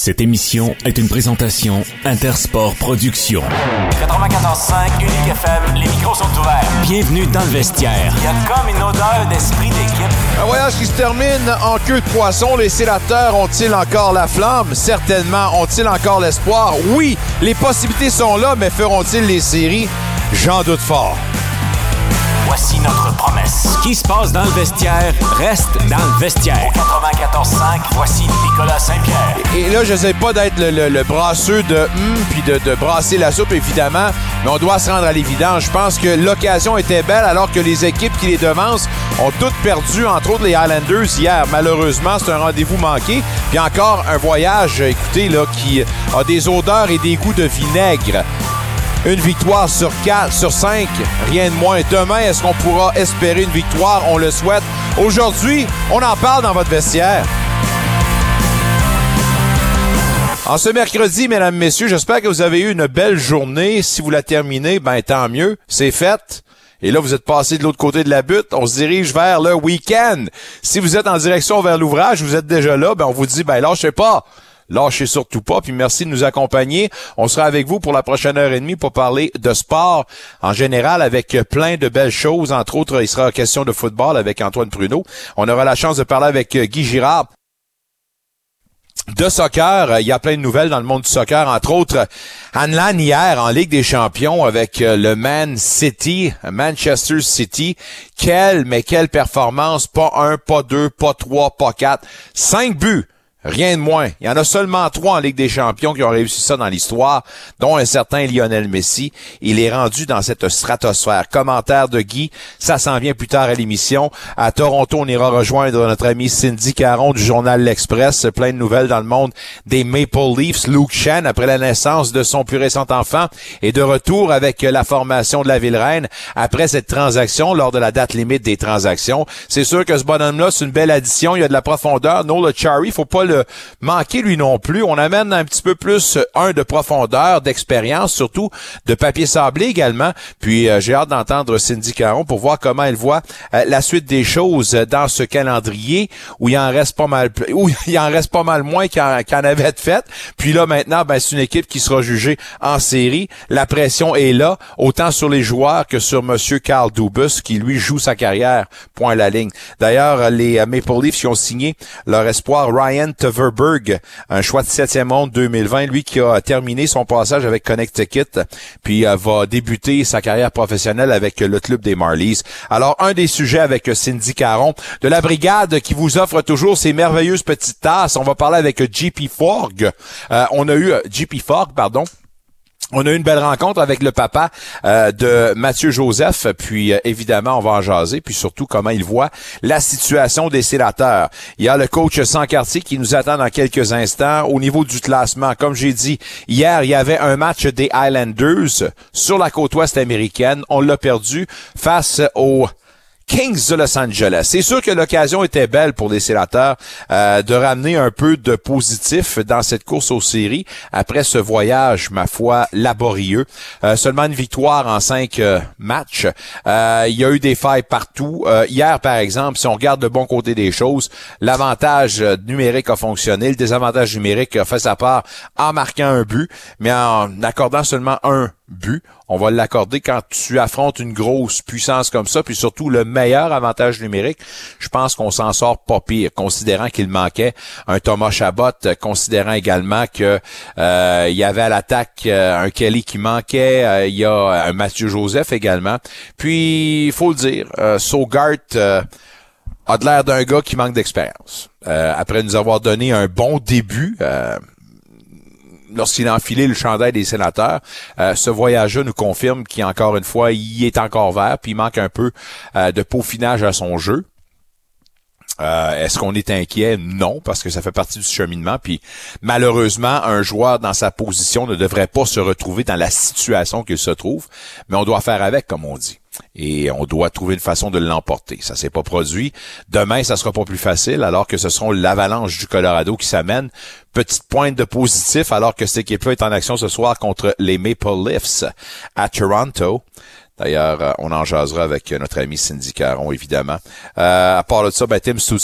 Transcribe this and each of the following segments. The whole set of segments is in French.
Cette émission est une présentation Intersport Productions. 94.5 Unique FM, les micros sont ouverts. Bienvenue dans le vestiaire. Il y a comme une odeur d'esprit d'équipe. Un voyage qui se termine en queue de poisson. Les sénateurs ont-ils encore la flamme? Certainement. Ont-ils encore l'espoir? Oui, les possibilités sont là, mais feront-ils les séries? J'en doute fort. Voici notre promesse. Ce qui se passe dans le vestiaire reste dans le vestiaire. 94.5, voici Nicolas Saint-Pierre. Et là, je sais pas d'être le brasseux de puis de brasser la soupe, évidemment, mais on doit se rendre à l'évidence. Je pense que l'occasion était belle alors que les équipes qui les devancent ont toutes perdu, entre autres les Highlanders hier. Malheureusement, c'est un rendez-vous manqué. Puis encore un voyage, écoutez, là, qui a des odeurs et des goûts de vinaigre. Une victoire sur 5, rien de moins. Demain, est-ce qu'on pourra espérer une victoire? On le souhaite. Aujourd'hui, on en parle dans votre vestiaire. En ce mercredi, mesdames, messieurs, j'espère que vous avez eu une belle journée. Si vous la terminez, ben tant mieux, c'est fait. Et là, vous êtes passé de l'autre côté de la butte. On se dirige vers le week-end. Si vous êtes en direction vers l'ouvrage, vous êtes déjà là, ben on vous dit, ben lâchez pas. Lâchez surtout pas, puis merci de nous accompagner. On sera avec vous pour la prochaine heure et demie pour parler de sport en général avec plein de belles choses. Entre autres, il sera question de football avec Antoine Pruneau. On aura la chance de parler avec Guy Girard de soccer. Il y a plein de nouvelles dans le monde du soccer, entre autres Hanlan hier en Ligue des Champions avec le Manchester City. Quelle performance, pas 1, pas 2, pas 3, pas 4, 5 buts. Rien de moins. Il y en a seulement 3 en Ligue des Champions qui ont réussi ça dans l'histoire, dont un certain Lionel Messi. Il est rendu dans cette stratosphère. Commentaire de Guy, ça s'en vient plus tard à l'émission. À Toronto, on ira rejoindre notre amie Cindy Caron du journal L'Express. Plein de nouvelles dans le monde des Maple Leafs. Luke Schenn, après la naissance de son plus récent enfant, est de retour avec la formation de la Ville-Reine après cette transaction, lors de la date limite des transactions. C'est sûr que ce bonhomme-là, c'est une belle addition. Il y a de la profondeur. Noel Acciari, faut pas le manquer lui non plus. On amène un petit peu plus de profondeur, d'expérience, surtout de papier sablé également. Puis j'ai hâte d'entendre Cindy Caron pour voir comment elle voit la suite des choses dans ce calendrier où il en reste pas mal moins qu'il en avait fait. Puis là maintenant, ben c'est une équipe qui sera jugée en série. La pression est là, autant sur les joueurs que sur monsieur Carl Dubus qui lui joue sa carrière. Point à la ligne. D'ailleurs, les Maple Leafs qui ont signé leur espoir Ryan Tverberg, un choix de 7e ronde 2020, lui qui a terminé son passage avec Connecticut, puis va débuter sa carrière professionnelle avec le club des Marlies. Alors, un des sujets avec Cindy Caron, de la brigade qui vous offre toujours ces merveilleuses petites tasses. On va parler avec JP Fogg. On a eu une belle rencontre avec le papa de Mathieu Joseph, puis évidemment, on va en jaser, puis surtout comment il voit la situation des sénateurs. Il y a le coach Sancartier qui nous attend dans quelques instants. Au niveau du classement, comme j'ai dit, hier, il y avait un match des Highlanders sur la côte ouest américaine. On l'a perdu face aux Kings de Los Angeles. C'est sûr que l'occasion était belle pour les sénateurs de ramener un peu de positif dans cette course aux séries après ce voyage, ma foi, laborieux. Seulement une victoire en 5 matchs. Il y a eu des failles partout. Hier, par exemple, si on regarde le bon côté des choses, l'avantage numérique a fonctionné, le désavantage numérique a fait sa part en marquant un but, mais en accordant seulement un but. On va l'accorder quand tu affrontes une grosse puissance comme ça, puis surtout le meilleur avantage numérique. Je pense qu'on s'en sort pas pire, considérant qu'il manquait un Thomas Chabot, considérant également que il y avait à l'attaque un Kelly qui manquait, il y a un Mathieu Joseph également. Puis, il faut le dire, Sogart a de l'air d'un gars qui manque d'expérience. Après nous avoir donné un bon début, lorsqu'il a enfilé le chandail des sénateurs, ce voyage-là nous confirme qu'encore une fois, il est encore vert, puis il manque un peu de peaufinage à son jeu. Est-ce qu'on est inquiet? Non, parce que ça fait partie du cheminement. Puis malheureusement, un joueur dans sa position ne devrait pas se retrouver dans la situation qu'il se trouve, mais on doit faire avec, comme on dit. Et on doit trouver une façon de l'emporter. Ça s'est pas produit. Demain, ça sera pas plus facile, alors que ce seront l'Avalanche du Colorado qui s'amène. Petite pointe de positif, alors que cette équipe-là est en action ce soir contre les Maple Leafs à Toronto. D'ailleurs, on en jasera avec notre ami Cindy Caron, évidemment. À part de ça, Tim Stützle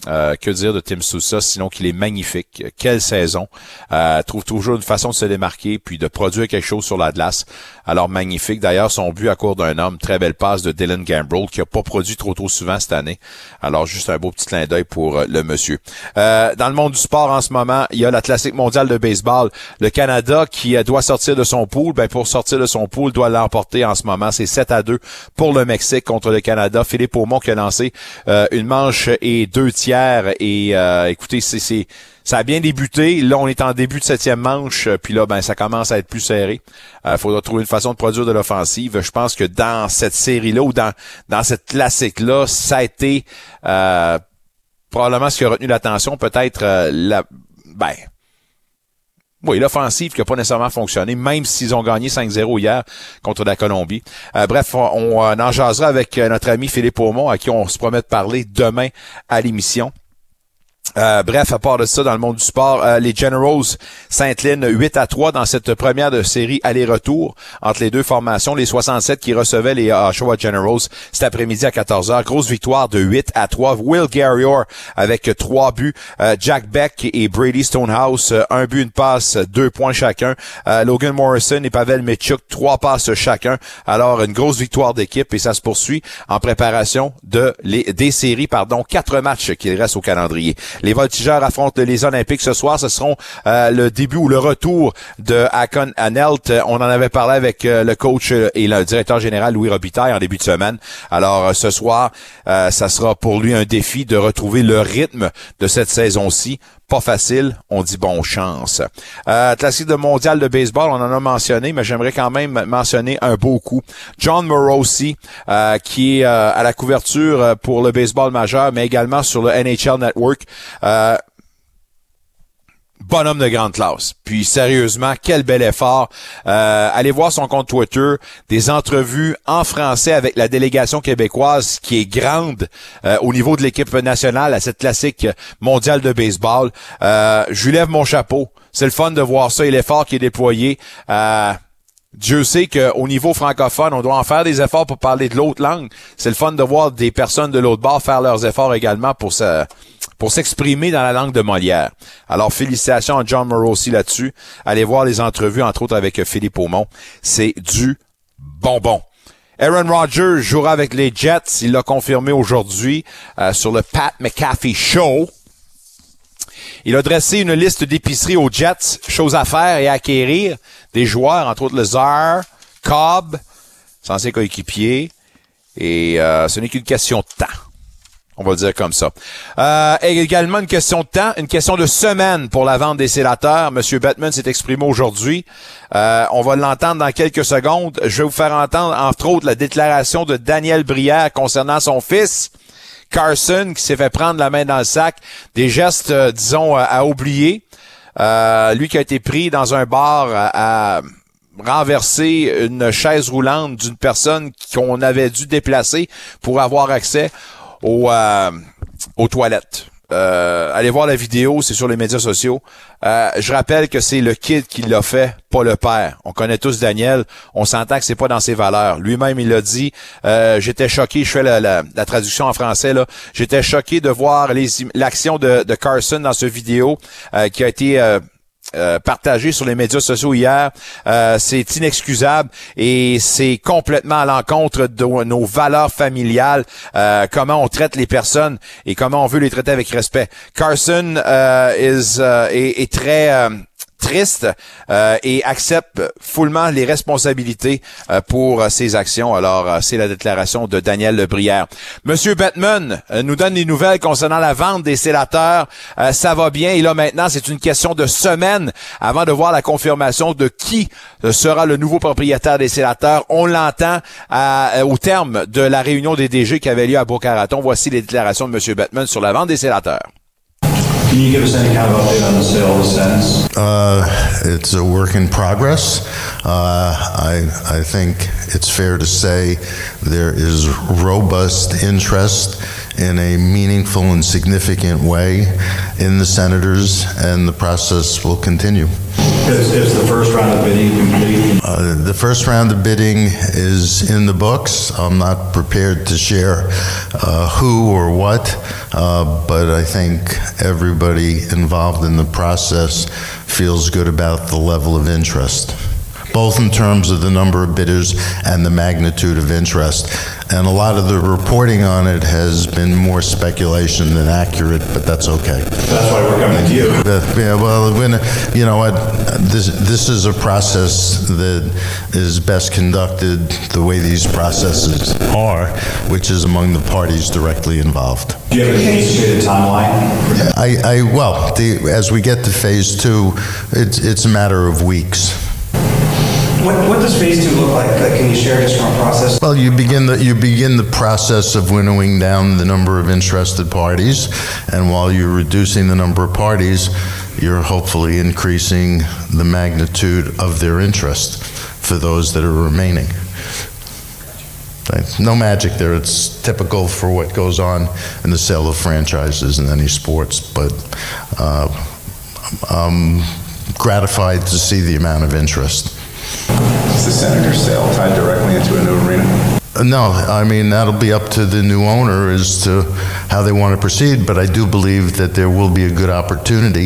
Que dire de Tim Sousa, sinon qu'il est magnifique. Quelle saison. Trouve toujours une façon de se démarquer puis de produire quelque chose sur la glace. Alors magnifique. D'ailleurs, son but à court d'un homme, très belle passe de Dylan Gambrell qui a pas produit trop souvent cette année. Alors juste un beau petit clin d'œil pour le monsieur. Dans le monde du sport en ce moment, il y a la classique mondiale de baseball. Le Canada qui doit sortir de son pool, pour sortir de son pool, doit l'emporter en ce moment. C'est 7-2 pour le Mexique contre le Canada. Philippe Aumont qui a lancé une manche et 2 tiers. Et écoutez, ça a bien débuté. Là, on est en début de 7e manche, puis là, ça commence à être plus serré. Faudra trouver une façon de produire de l'offensive. Je pense que dans cette série-là ou dans cette classique-là, ça a été probablement ce qui a retenu l'attention. Peut-être l'offensive qui n'a pas nécessairement fonctionné, même s'ils ont gagné 5-0 hier contre la Colombie. Bref, on en jasera avec notre ami Philippe Aumont, à qui on se promet de parler demain à l'émission. Bref, à part de ça, dans le monde du sport, les Generals s'inclinent 8-3 dans cette première de série aller-retour entre les deux formations. Les 67 qui recevaient les Oshawa Generals cet après-midi à 14h. Grosse victoire de 8-3. Will Garrior avec 3 buts. Jack Beck et Brady Stonehouse, 1 but, une passe, 2 points chacun. Logan Morrison et Pavel Mitchuk, 3 passes chacun. Alors, une grosse victoire d'équipe et ça se poursuit en préparation des séries, 4 matchs qu'il reste au calendrier. Les Voltigeurs affrontent les Olympiques ce soir. Ce seront le début ou le retour de Hakon Anelt. On en avait parlé avec le coach et le directeur général Louis Robitaille en début de semaine. Alors ce soir, ça sera pour lui un défi de retrouver le rythme de cette saison-ci. Pas facile, on dit bon chance. Classique de mondial de baseball, on en a mentionné, mais j'aimerais quand même mentionner un beau coup. John Morosi, qui est à la couverture pour le baseball majeur, mais également sur le NHL Network. Bonhomme de grande classe. Puis sérieusement, quel bel effort. Allez voir son compte Twitter, des entrevues en français avec la délégation québécoise qui est grande au niveau de l'équipe nationale à cette classique mondiale de baseball. Je lui lève mon chapeau. C'est le fun de voir ça et l'effort qui est déployé. Dieu sait qu'au niveau francophone, on doit en faire des efforts pour parler de l'autre langue. C'est le fun de voir des personnes de l'autre bord faire leurs efforts également pour s'exprimer dans la langue de Molière. Alors, félicitations à John Morosi là-dessus. Allez voir les entrevues, entre autres avec Philippe Aumont. C'est du bonbon. Aaron Rodgers jouera avec les Jets. Il l'a confirmé aujourd'hui sur le Pat McAfee Show. Il a dressé une liste d'épiceries aux Jets, choses à faire et à acquérir. Des joueurs, entre autres le Czar, Cobb, censé coéquipier. Et ce n'est qu'une question de temps. On va le dire comme ça. Également une question de temps, une question de semaine pour la vente des sénateurs. Monsieur Bettman s'est exprimé aujourd'hui. On va l'entendre dans quelques secondes. Je vais vous faire entendre, entre autres, la déclaration de Daniel Brière concernant son fils, Carson, qui s'est fait prendre la main dans le sac. Des gestes, disons, à oublier. Lui qui a été pris dans un bar à renverser une chaise roulante d'une personne qu'on avait dû déplacer pour avoir accès aux toilettes. Allez voir la vidéo, c'est sur les médias sociaux. Je rappelle que c'est le kid qui l'a fait, pas le père. On connaît tous Daniel, on s'entend que c'est pas dans ses valeurs. Lui-même, il l'a dit, j'étais choqué, je fais la traduction en français, là. J'étais choqué de voir l'action de Carson dans ce vidéo qui a été partagé sur les médias sociaux hier. C'est inexcusable et c'est complètement à l'encontre de nos valeurs familiales, comment on traite les personnes et comment on veut les traiter avec respect. Carson est très triste et accepte fullement les responsabilités pour ses actions. Alors, c'est la déclaration de Daniel Lebrière. Monsieur Bettman nous donne des nouvelles concernant la vente des sénateurs. Ça va bien et là maintenant, c'est une question de semaine avant de voir la confirmation de qui sera le nouveau propriétaire des sénateurs. On l'entend au terme de la réunion des DG qui avait lieu à Boca-Raton. Voici les déclarations de Monsieur Bettman sur la vente des sénateurs. Can you give us any kind of update on the sale of the Sens? It's a work in progress. I think it's fair to say there is robust interest in a meaningful and significant way in the Senators, and the process will continue. Is the first round of bidding complete? The first round of bidding is in the books. I'm not prepared to share who or what, but I think everybody involved in the process feels good about the level of interest, both in terms of the number of bidders and the magnitude of interest. And a lot of the reporting on it has been more speculation than accurate, but that's okay. That's why we're coming to you. Yeah, well, you know what, this is a process that is best conducted the way these processes are, which is among the parties directly involved. Do you have an anticipated timeline? Well, as we get to phase 2, it's a matter of weeks. What does phase 2 look like? Can you share just from a process? Well, you begin the process of winnowing down the number of interested parties, and while you're reducing the number of parties, you're hopefully increasing the magnitude of their interest for those that are remaining. No magic there. It's typical for what goes on in the sale of franchises in any sports, but I'm gratified to see the amount of interest. Is the Senators' sale tied directly into a new arena? No, I mean, that'll be up to the new owner as to how they want to proceed, but I do believe that there will be a good opportunity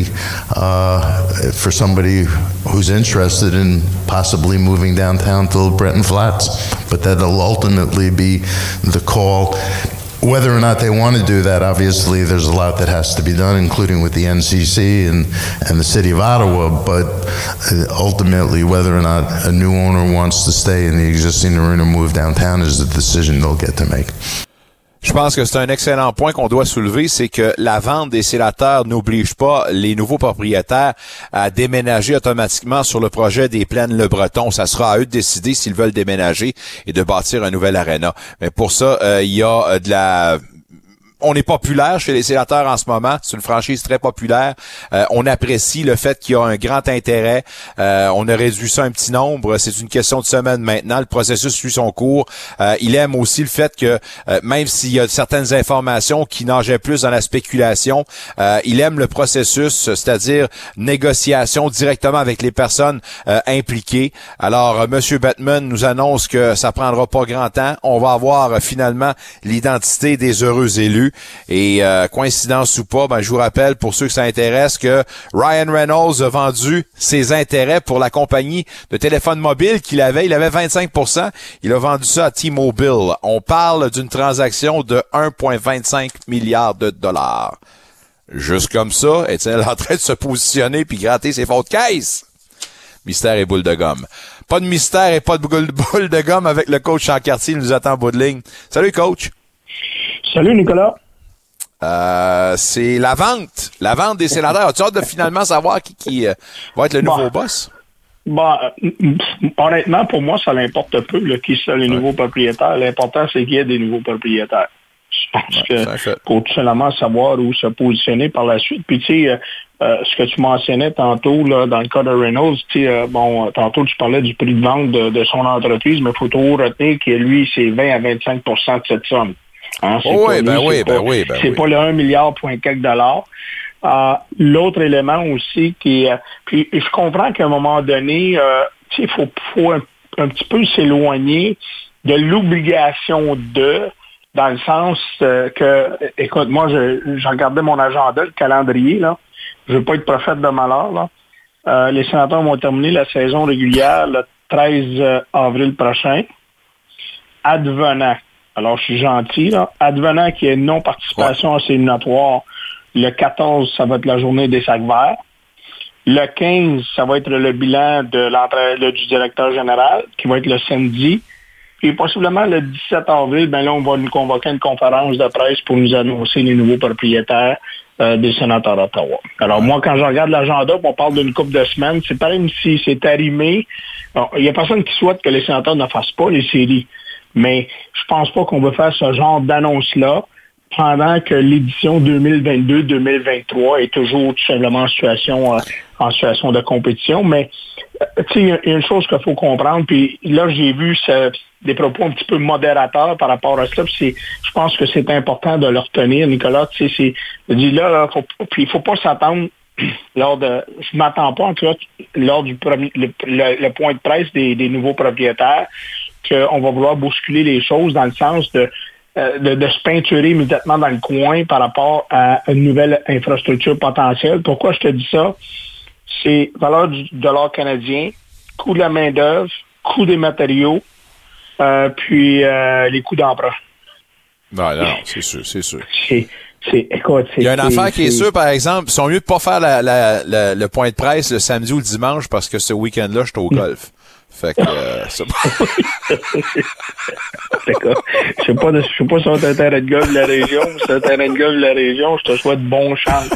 for somebody who's interested in possibly moving downtown to Breton Flats. But that'll ultimately be the call. Whether or not they want to do that, obviously there's a lot that has to be done, including with the NCC and the City of Ottawa, but ultimately whether or not a new owner wants to stay in the existing arena or move downtown is a decision they'll get to make. Je pense que c'est un excellent point qu'on doit soulever, c'est que la vente des sénateurs n'oblige pas les nouveaux propriétaires à déménager automatiquement sur le projet des Plaines Le Breton. Ça sera à eux de décider s'ils veulent déménager et de bâtir un nouvel aréna. Mais pour ça, il y a de la... On est populaire chez les sénateurs en ce moment. C'est une franchise très populaire. On apprécie le fait qu'il y a un grand intérêt. On a réduit ça à un petit nombre. C'est une question de semaine maintenant. Le processus suit son cours. Il aime aussi le fait que, même s'il y a certaines informations qui nageaient plus dans la spéculation, il aime le processus, c'est-à-dire négociation directement avec les personnes impliquées. Alors, Monsieur Bettman nous annonce que ça prendra pas grand temps. On va avoir finalement l'identité des heureux élus. Et coïncidence ou pas, je vous rappelle, pour ceux que ça intéresse, que Ryan Reynolds a vendu ses intérêts pour la compagnie de téléphone mobile qu'il avait. Il avait 25%. Il a vendu ça à T-Mobile. On parle d'une transaction de 1,25 milliard de dollars. Juste comme ça, est-il en train de se positionner puis gratter ses fonds de caisse? Mystère et boule de gomme. Pas de mystère et pas de boule de gomme avec le coach Chancartier. Il nous attend en bout de ligne. Salut, coach. Salut, Nicolas. C'est la vente des sénateurs. As-tu hâte de finalement savoir qui va être le nouveau boss? Honnêtement, pour moi, ça l'importe peu qui sont les nouveaux propriétaires. L'important, c'est qu'il y ait des nouveaux propriétaires. Je pense que faut tout simplement savoir où se positionner par la suite. Puis, tu sais, ce que tu mentionnais tantôt, là, dans le cas de Reynolds, tantôt, tu parlais du prix de vente de son entreprise, mais il faut toujours retenir que lui, c'est 20 à 25 % de cette somme. Hein, c'est pas le 1 milliard point quelques dollars. L'autre élément aussi puis je comprends qu'à un moment donné, il faut un petit peu s'éloigner de l'obligation dans le sens que, écoute, moi, je regardais mon agenda, le calendrier, là. Je veux pas être prophète de malheur, là. Les sénateurs vont terminer la saison régulière le 13 avril prochain. Advenant. Alors, je suis gentil, là. Advenant qu'il y ait non-participation à ces éliminatoires, le 14, ça va être la journée des sacs verts. Le 15, ça va être le bilan du directeur général, qui va être le samedi. Et possiblement le 17 avril, là, on va nous convoquer une conférence de presse pour nous annoncer les nouveaux propriétaires des sénateurs d'Ottawa. Alors, moi, quand je regarde l'agenda, on parle d'une couple de semaines, c'est pareil même si c'est arrimé. Il n'y a personne qui souhaite que les sénateurs ne fassent pas les séries. Mais je pense pas qu'on veut faire ce genre d'annonce-là pendant que l'édition 2022-2023 est toujours tout simplement en situation de compétition. Mais tu sais, il y a une chose qu'il faut comprendre, puis là, j'ai vu des propos un petit peu modérateurs par rapport à cela, puis je pense que c'est important de le retenir, Nicolas. Tu sais, il faut pas s'attendre je m'attends pas, en tout cas, lors du le point de presse des nouveaux propriétaires, qu'on va vouloir bousculer les choses dans le sens de se peinturer immédiatement dans le coin par rapport à une nouvelle infrastructure potentielle. Pourquoi je te dis ça? C'est valeur du dollar canadien, coût de la main-d'œuvre, coût des matériaux, puis les coûts d'emprunt. Non, c'est sûr. Écoute, il y a une affaire qui est sûre, par exemple, ils sont mieux de pas faire le point de presse le samedi ou le dimanche parce que ce week-end-là, je suis au golf. Fait que c'est D'accord. Je sais pas si c'est un terrain de golf de la région, si c'est un terrain de golf de la région, je te souhaite bon chance.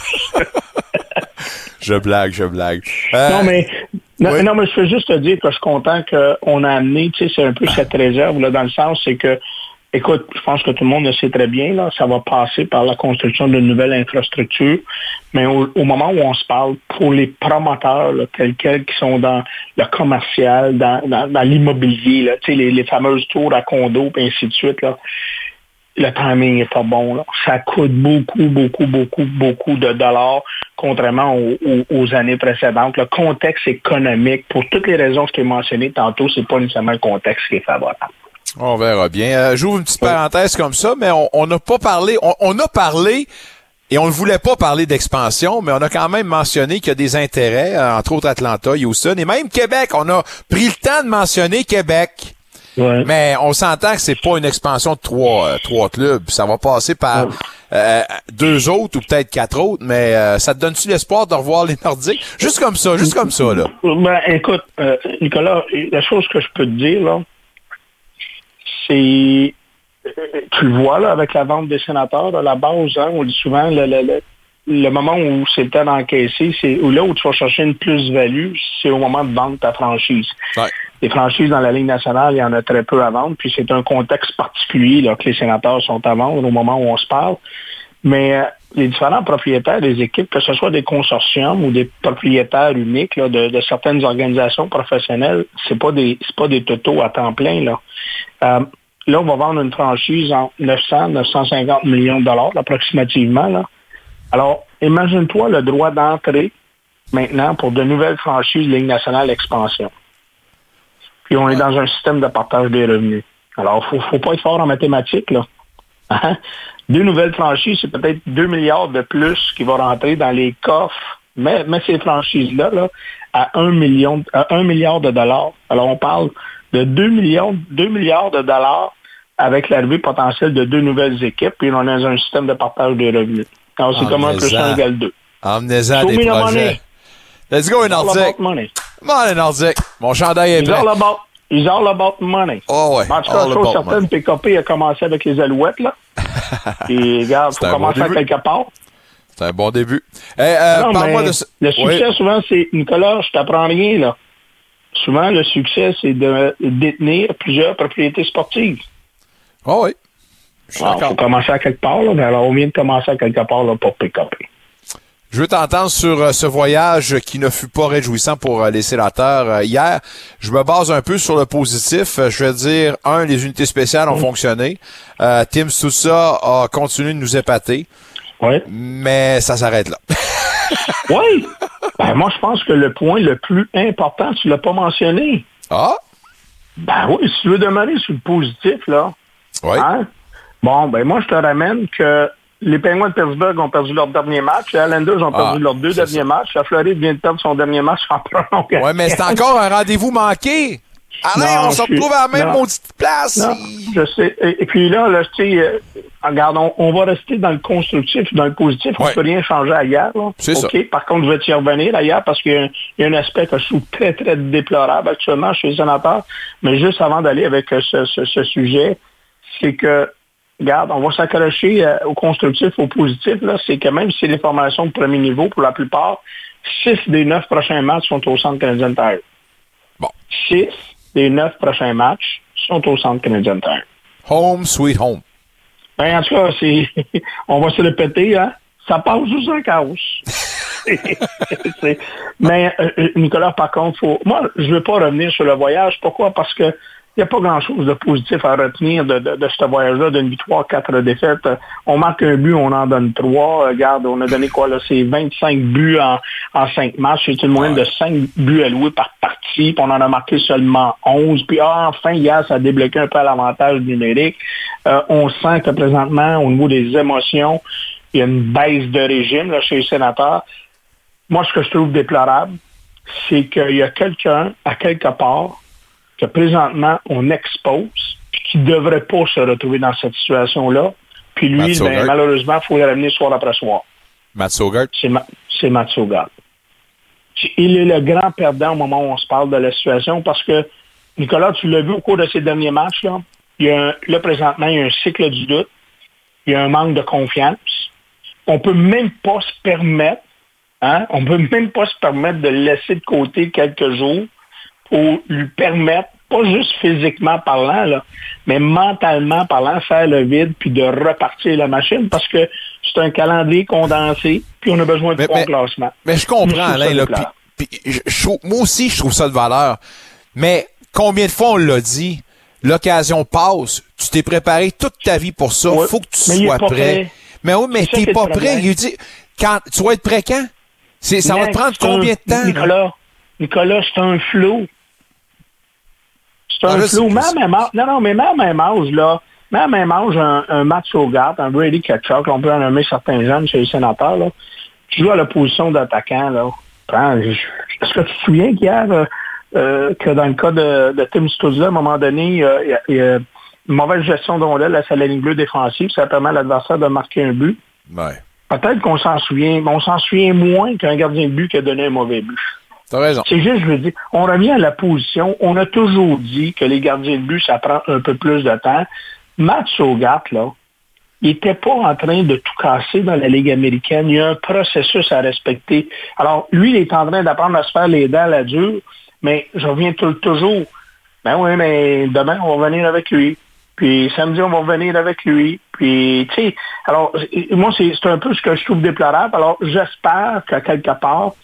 Je blague. Non, mais je veux juste te dire que je suis content qu'on a amené, tu sais, c'est un peu cette réserve, là, dans le sens, c'est que, écoute, je pense que tout le monde le sait très bien, là, ça va passer par la construction d'une nouvelle infrastructure, mais au moment où on se parle, pour les promoteurs, là, tels quels qui sont dans le commercial, dans l'immobilier, là, tu sais, les fameuses tours à condos, et ainsi de suite, là, le timing n'est pas bon, là. Ça coûte beaucoup de dollars, contrairement aux années précédentes. Le contexte économique, pour toutes les raisons que je t'ai mentionnées tantôt, c'est pas nécessairement le contexte qui est favorable. On verra bien. J'ouvre une petite parenthèse comme ça, mais on n'a pas parlé. On a parlé, et on ne voulait pas parler d'expansion, mais on a quand même mentionné qu'il y a des intérêts, entre autres Atlanta, Houston, et même Québec. On a pris le temps de mentionner Québec. Ouais. Mais on s'entend que c'est pas une expansion de trois clubs. Ça va passer par 2 autres ou peut-être 4 autres, mais ça te donne-tu l'espoir de revoir les Nordiques? Juste comme ça, là. Ben, écoute, Nicolas, la chose que je peux te dire, là, c'est, tu le vois, là, avec la vente des Sénateurs, à la base, hein, on dit souvent, le moment où c'est le temps d'encaisser, c'est là où tu vas chercher une plus-value, c'est au moment de vendre ta franchise. Ouais. Les franchises dans la Ligue nationale, il y en a très peu à vendre, puis c'est un contexte particulier là, que les Sénateurs sont à vendre au moment où on se parle. Mais les différents propriétaires des équipes, que ce soit des consortiums ou des propriétaires uniques là, de certaines organisations professionnelles, c'est pas des totaux à temps plein. Là, là on va vendre une franchise en 950 millions de dollars approximativement. Là. Alors, imagine-toi le droit d'entrée maintenant pour de nouvelles franchises Ligue nationale expansion. Puis on est dans un système de partage des revenus. Alors, faut pas être fort en mathématiques, là. Hein? 2 nouvelles franchises, c'est peut-être 2 milliards de plus qui vont rentrer dans les coffres, mais ces franchises-là, là, à 1 milliard de dollars. Alors, on parle de 2 milliards de dollars avec l'arrivée potentielle de 2 nouvelles équipes, puis on est dans un système de partage des revenus. Alors, c'est comme 1 + 1 = 2. Emmenez-en des projets. Let's go, Nordique. Money, Nordique. Mon chandail est prêt. He's all about money. Oh ouais. En tout cas, chose certaine, PKP a commencé avec les Alouettes, là. Et regarde, il faut commencer à quelque part. C'est un bon début. Parle-moi de le succès, souvent, c'est, Nicolas, je t'apprends rien, là. Souvent, le succès, c'est de détenir plusieurs propriétés sportives. Oh oui. Il faut commencer à quelque part, là. Alors, on vient de commencer à quelque part, là, pour PKP. Je veux t'entendre sur ce voyage qui ne fut pas réjouissant pour les sénateurs hier. Je me base un peu sur le positif. Je veux dire, les unités spéciales ont fonctionné. Tim Sousa a continué de nous épater. Oui. Mais ça s'arrête là. Oui. Ben, moi, je pense que le point le plus important, tu l'as pas mentionné. Ah? Ben oui, si tu veux demeurer sur le positif, là. Oui. Hein? Bon, ben moi, je te ramène que les Penguins de Pittsburgh ont perdu leur dernier match. Les Islanders ont perdu leurs 2 derniers matchs. La Floride vient de perdre son dernier match en prolongation. Oui, mais c'est encore un rendez-vous manqué. Alain, on se retrouve à la même maudite place. Non, je sais. Et puis là tu sais, regarde, on va rester dans le constructif, dans le positif. On ne peut rien changer ailleurs. Là. C'est ça. Par contre, je vais t'y revenir ailleurs parce qu'il y a un aspect que je trouve très, très déplorable actuellement chez les sénateurs. Mais juste avant d'aller avec ce sujet, c'est que regarde, on va s'accrocher au constructif, au positif, là, c'est que même si c'est les formations de premier niveau, pour la plupart, 6 des 9 prochains matchs sont au Centre Canadien de Tire. Bon. 6 des 9 prochains matchs sont au Centre Canadien de Tire. Home, sweet home. Ben, en tout cas, on va se répéter, hein? Ça passe sous un chaos. Mais, Nicolas, par contre, moi, je ne veux pas revenir sur le voyage. Pourquoi? Parce que il n'y a pas grand-chose de positif à retenir de ce voyage-là, d'une victoire, 4 défaites. On marque un but, on en donne 3. Regarde, on a donné quoi là? C'est 25 buts en 5 matchs. C'est une moyenne de 5 buts alloués par partie. Puis on en a marqué seulement 11. Puis enfin, hier, ça a débloqué un peu à l'avantage numérique. On sent que présentement, au niveau des émotions, il y a une baisse de régime là, chez les sénateurs. Moi, ce que je trouve déplorable, c'est qu'il y a quelqu'un, à quelque part, que présentement, on expose, puis qui ne devrait pas se retrouver dans cette situation-là. Puis lui, malheureusement, il faut le ramener soir après soir. Matt Sogard? C'est Matt Sogard. Il est le grand perdant au moment où on se parle de la situation parce que, Nicolas, tu l'as vu au cours de ces derniers matchs, là, là présentement, il y a un cycle du doute, il y a un manque de confiance. On peut même pas se permettre, on peut même pas se permettre de le laisser de côté quelques jours pour lui permettre, pas juste physiquement parlant, là, mais mentalement parlant, faire le vide puis de repartir la machine parce que c'est un calendrier condensé puis on a besoin de bons classements. Mais je comprends, Alain, là, moi aussi, je trouve ça de valeur. Mais combien de fois on l'a dit, l'occasion passe, tu t'es préparé toute ta vie pour ça, faut que tu sois prêt. Mais oui, mais t'es pas prêt. Il dit, tu vas être prêt quand? Ça va te prendre combien de temps? Nicolas, c'est un flou. C'est un flou. Même à même âge, là, même à même âge, un Matt Sogard, un Brady Tkachuk, on peut en nommer certains jeunes chez les sénateurs, là, qui jouent à la position d'attaquant, là. Est-ce que tu te souviens qu'hier, que dans le cas de Tim Stützle, à un moment donné, il y a une mauvaise gestion de rondelle à sa ligne bleue défensive, ça permet à l'adversaire de marquer un but. Ouais. Peut-être qu'on s'en souvient, mais on s'en souvient moins qu'un gardien de but qui a donné un mauvais but. T'as raison. C'est juste, je veux dire, on revient à la position. On a toujours dit que les gardiens de but, ça prend un peu plus de temps. Matt Sogard, là, il n'était pas en train de tout casser dans la Ligue américaine. Il y a un processus à respecter. Alors, lui, il est en train d'apprendre à se faire les dents à la dure, mais je reviens toujours. Ben oui, mais demain, on va venir avec lui. Puis samedi, on va revenir avec lui. Puis, tu sais, alors, moi, c'est un peu ce que je trouve déplorable. Alors, j'espère qu'à quelque part,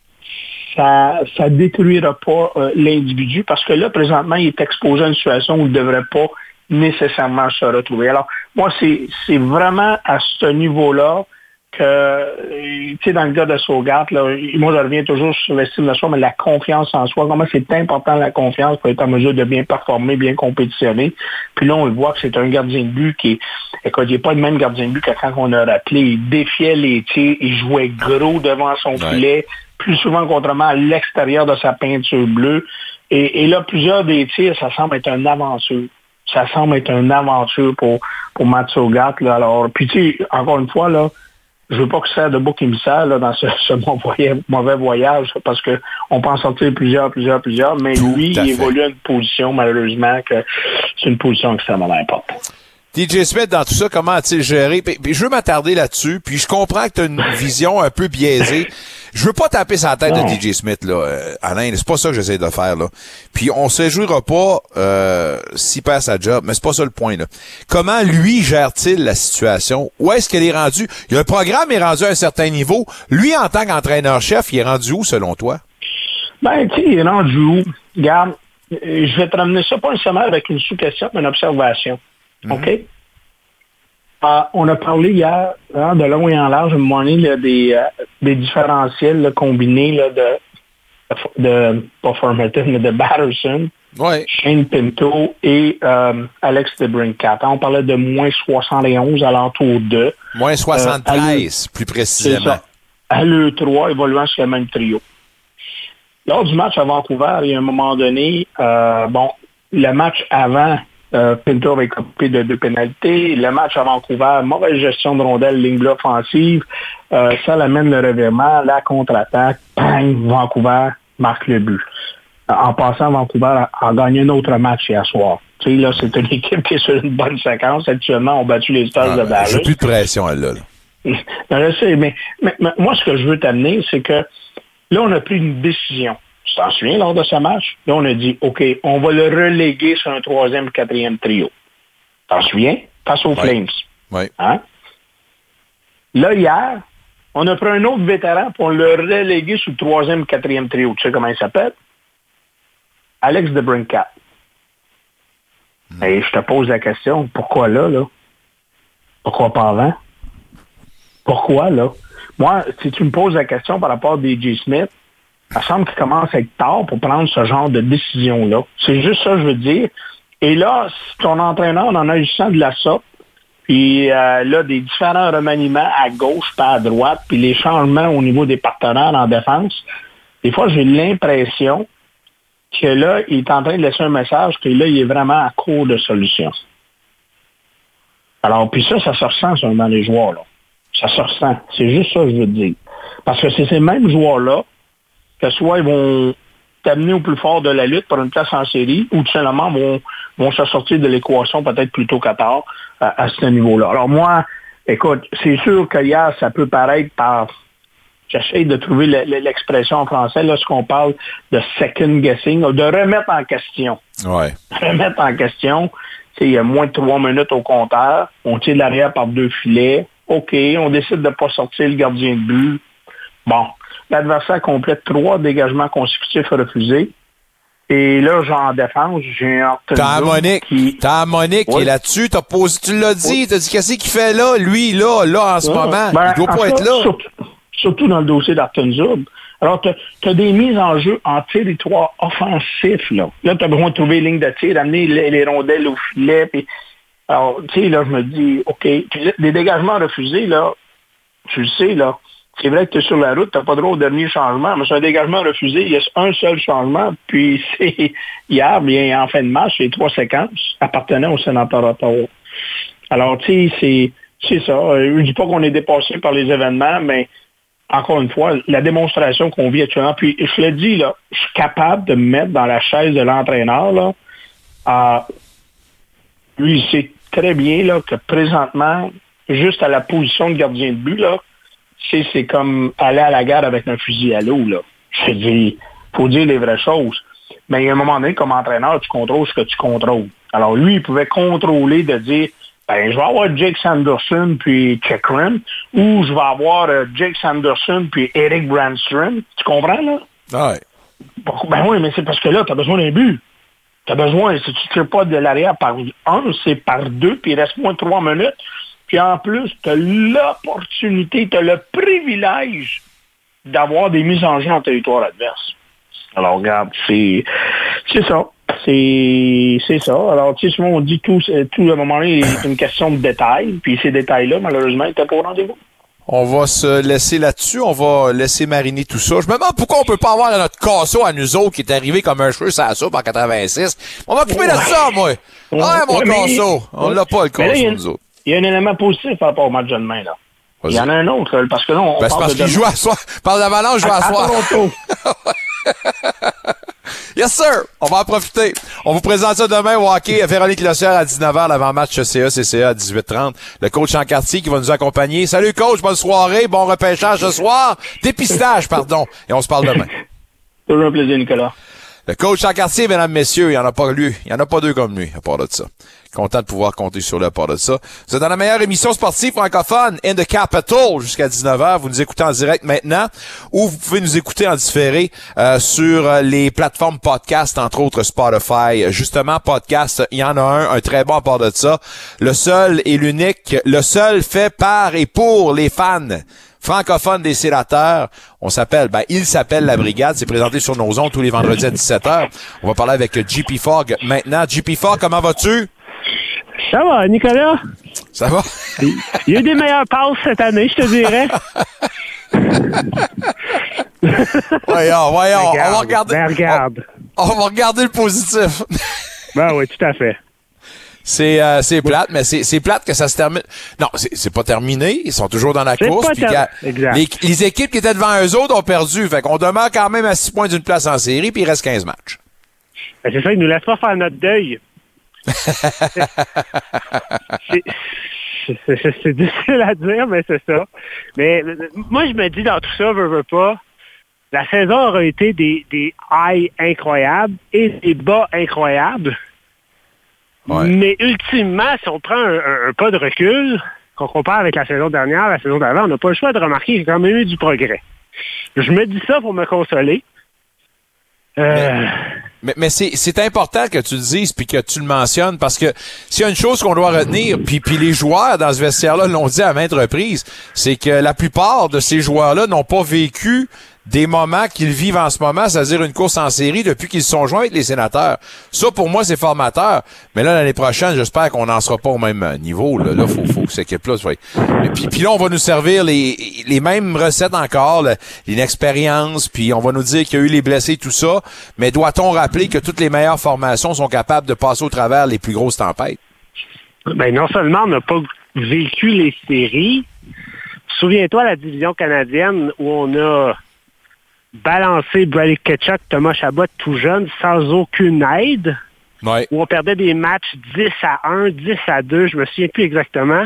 ça détruira pas l'individu parce que là, présentement, il est exposé à une situation où il ne devrait pas nécessairement se retrouver. Alors, moi, c'est vraiment à ce niveau-là que, tu sais, dans le cas de Sogard, là, moi, je reviens toujours sur l'estime de soi, mais la confiance en soi, comment c'est important la confiance pour être en mesure de bien performer, bien compétitionner. Puis là, on le voit que c'est un gardien de but qui il n'est pas le même gardien de but que quand on a rappelé. Il défiait les tirs, il jouait gros devant son filet, plus souvent contrairement à l'extérieur de sa peinture bleue. Et là, plusieurs des tirs, ça semble être une aventure. Ça semble être une aventure pour Matt Sogard. Là. Alors, puis tu sais, encore une fois, là, je veux pas que ça sert de bouc émissaire là, dans ce mauvais voyage, parce que on peut en sortir plusieurs, mais lui, il évolue à une position, malheureusement, que c'est une position extrêmement importante. DJ Smith, dans tout ça, comment a-t-il géré? Puis je veux m'attarder là-dessus, puis je comprends que tu as une vision un peu biaisée. Je veux pas taper sa tête de DJ Smith, là, Alain, c'est pas ça que j'essaie de faire, là. Puis on se réjouira pas s'il perd sa job, mais c'est pas ça le point, là. Comment, lui, gère-t-il la situation? Où est-ce qu'elle est rendue? Le programme est rendu à un certain niveau. Lui, en tant qu'entraîneur-chef, il est rendu où, selon toi? Ben, tu sais, il est rendu où? Regarde, je vais te ramener ça pas nécessairement avec une sous-question, mais une observation. OK? On a parlé hier, de long et en large, à un moment donné, là, des différentiels là, combinés là, pas Formaton, mais de Batterson, Shane Pinto et Alex DeBrincat. On parlait de moins 71 à l'entour de. Moins 73, plus précisément. C'est ça. À l'E3, évoluant sur le même trio. Lors du match à Vancouver, il y a un moment donné, le match avant, Pinto avait coupé de 2 pénalités. Le match à Vancouver, mauvaise gestion de rondelle, ligne bleue offensive. Ça l'amène le revirement, la contre-attaque. Bang, Vancouver marque le but. En passant, Vancouver a gagné un autre match hier soir. Tu sais, là, c'est une équipe qui est sur une bonne séquence. Actuellement, on a battu les Stars de Dallas. J'ai plus de pression, elle, là. Je sais, mais moi, ce que je veux t'amener, c'est que là, on a pris une décision. Tu t'en souviens lors de ce match? Là, on a dit, OK, on va le reléguer sur un 3e, 4e trio. T'en souviens? Face aux Flames. Oui. Hein? Là, hier, on a pris un autre vétéran pour le reléguer sur le 3e, 4e trio. Tu sais comment il s'appelle? Alex DeBrincat. Et je te pose la question, pourquoi là? Pourquoi pas avant? Pourquoi là? Moi, si tu me poses la question par rapport à DJ Smith, ça semble qu'il commence à être tard pour prendre ce genre de décision-là. C'est juste ça que je veux dire. Et là, si ton entraîneur en agissant de la sorte, puis là, des différents remaniements à gauche pas à droite, puis les changements au niveau des partenaires en défense, des fois, j'ai l'impression que là, il est en train de laisser un message que là, il est vraiment à court de solutions. Alors, puis ça se ressent dans les joueurs, là. Ça se ressent. C'est juste ça que je veux te dire. Parce que c'est ces mêmes joueurs-là que soit ils vont t'amener au plus fort de la lutte pour une place en série ou tout simplement vont se sortir de l'équation peut-être plus tôt qu'à tard à ce niveau-là. Alors moi, écoute, c'est sûr que hier, ça peut paraître par... J'essaie de trouver l'expression en français, lorsqu'on parle de second guessing, de remettre en question. Ouais. Remettre en question. Il y a moins de 3 minutes au compteur. On tire l'arrière par 2 filets. OK, on décide de ne pas sortir le gardien de but. Bon. L'adversaire complète 3 dégagements consécutifs refusés. Et là, en défense, j'ai un T'as Monique qui est là-dessus. Tu l'as dit. T'as dit qu'est-ce qu'il fait là, lui, là, en ce moment. Il doit pas être là. Surtout dans le dossier d'Artenzub. Alors, tu as des mises en jeu en territoire offensif, là. Là, tu as besoin de trouver les lignes de tir, amener les rondelles au filet. Puis, alors, tu sais, là, je me dis, OK, puis, des dégagements refusés, là, tu le sais, là, c'est vrai que tu es sur la route, tu n'as pas droit au dernier changement, mais c'est un dégagement refusé, il y a un seul changement, puis c'est hier, bien, en fin de match, les 3 séquences appartenant au sénateur Ottawa. Alors, tu sais, c'est ça. Je ne dis pas qu'on est dépassé par les événements, mais encore une fois, la démonstration qu'on vit actuellement, puis je le dis, là, je suis capable de me mettre dans la chaise de l'entraîneur, là. Lui, il sait très bien, là, que présentement, juste à la position de gardien de but, là, c'est comme aller à la gare avec un fusil à l'eau, là. Je dis, faut dire les vraies choses. Mais à un moment donné, comme entraîneur, tu contrôles ce que tu contrôles. Alors lui, il pouvait contrôler de dire, ben, je vais avoir Jake Sanderson puis Chikrin, ou je vais avoir Jake Sanderson puis Eric Brandstrom. Tu comprends, là? Ouais. Ben oui, mais c'est parce que là, tu as besoin d'un but. Tu as besoin, si tu ne tires pas de l'arrière par 1, c'est par 2, puis il reste moins de 3 minutes. Puis en plus, tu as l'opportunité, tu as le privilège d'avoir des mises en jeu en territoire adverse. Alors, regarde, c'est ça. C'est ça. Alors, tu sais, souvent, on dit tout à un moment donné, c'est une question de détails. Puis ces détails-là, malheureusement, ils n'étaient pas au rendez-vous. On va se laisser là-dessus. On va laisser mariner tout ça. Je me demande pourquoi on peut pas avoir notre Casso à nous autres qui est arrivé comme un cheveu sur la soupe en 86. On va m'occuper de ça, moi. Mon Casso. On l'a pas, le Casso, nous autres. Il y a un élément positif par rapport au match de demain, là. Il y en a un autre, parce que là, on parle parce qu'il joue à soir. Parle d'Avalanche, joue à soir. Yes, sir! On va en profiter. On vous présente ça demain au hockey. Véronique Lossière à 19h, l'avant-match CA à 18h30. Le coach en quartier qui va nous accompagner. Salut, coach. Bonne soirée. Bon repêchage ce soir. Dépistage, pardon. Et on se parle demain. Toujours un plaisir, Nicolas. Le coach en quartier, mesdames, messieurs, il n'y en a pas lui. Il n'y en a pas deux comme lui, à part de ça. Content de pouvoir compter sur lui à part de ça. Vous êtes dans la meilleure émission sportive francophone, In the Capital, jusqu'à 19h. Vous nous écoutez en direct maintenant, ou vous pouvez nous écouter en différé sur les plateformes podcast, entre autres Spotify. Justement, podcast, il y en a un très bon à part de ça. Le seul et l'unique, le seul fait par et pour les fans francophone des sénateurs. Il s'appelle La Brigade. C'est présenté sur nos ondes tous les vendredis à 17h. On va parler avec JP Fogg maintenant. JP Fogg, comment vas-tu? Ça va, Nicolas? Ça va? Il y a eu des meilleures passes cette année, je te dirais. Voyons. Regarde, on va regarder. Regarde. On va regarder le positif. Ben oui, tout à fait. C'est plate, mais c'est plate que ça se termine. Non, c'est pas terminé. Ils sont toujours dans la course. Puis les équipes qui étaient devant eux autres ont perdu. Fait qu'on demeure quand même à 6 points d'une place en série, puis il reste 15 matchs. Ben c'est ça, ils nous laissent pas faire notre deuil. C'est difficile à dire, mais c'est ça. Mais moi, je me dis dans tout ça, veux pas, la saison aura été des highs incroyables et des bas incroyables. Ouais. Mais ultimement, si on prend un pas de recul, qu'on compare avec la saison dernière, la saison d'avant, on n'a pas le choix de remarquer qu'il y a quand même eu du progrès. Je me dis ça pour me consoler. Mais c'est important que tu le dises puis que tu le mentionnes parce que s'il y a une chose qu'on doit retenir, puis les joueurs dans ce vestiaire-là l'ont dit à maintes reprises, c'est que la plupart de ces joueurs-là n'ont pas vécu des moments qu'ils vivent en ce moment, c'est-à-dire une course en série depuis qu'ils se sont joints avec les Sénateurs. Ça, pour moi, c'est formateur. Mais là, l'année prochaine, j'espère qu'on n'en sera pas au même niveau. Là, faut que cette équipe-là soit... Puis là, on va nous servir les mêmes recettes encore, l'inexpérience, puis on va nous dire qu'il y a eu les blessés, tout ça. Mais doit-on rappeler que toutes les meilleures formations sont capables de passer au travers les plus grosses tempêtes? Ben, non seulement on n'a pas vécu les séries, souviens-toi la division canadienne où on a balancer Brady Tkachuk, Thomas Chabot tout jeune, sans aucune aide, ouais. Où on perdait des matchs 10-1, 10-2, je me souviens plus exactement.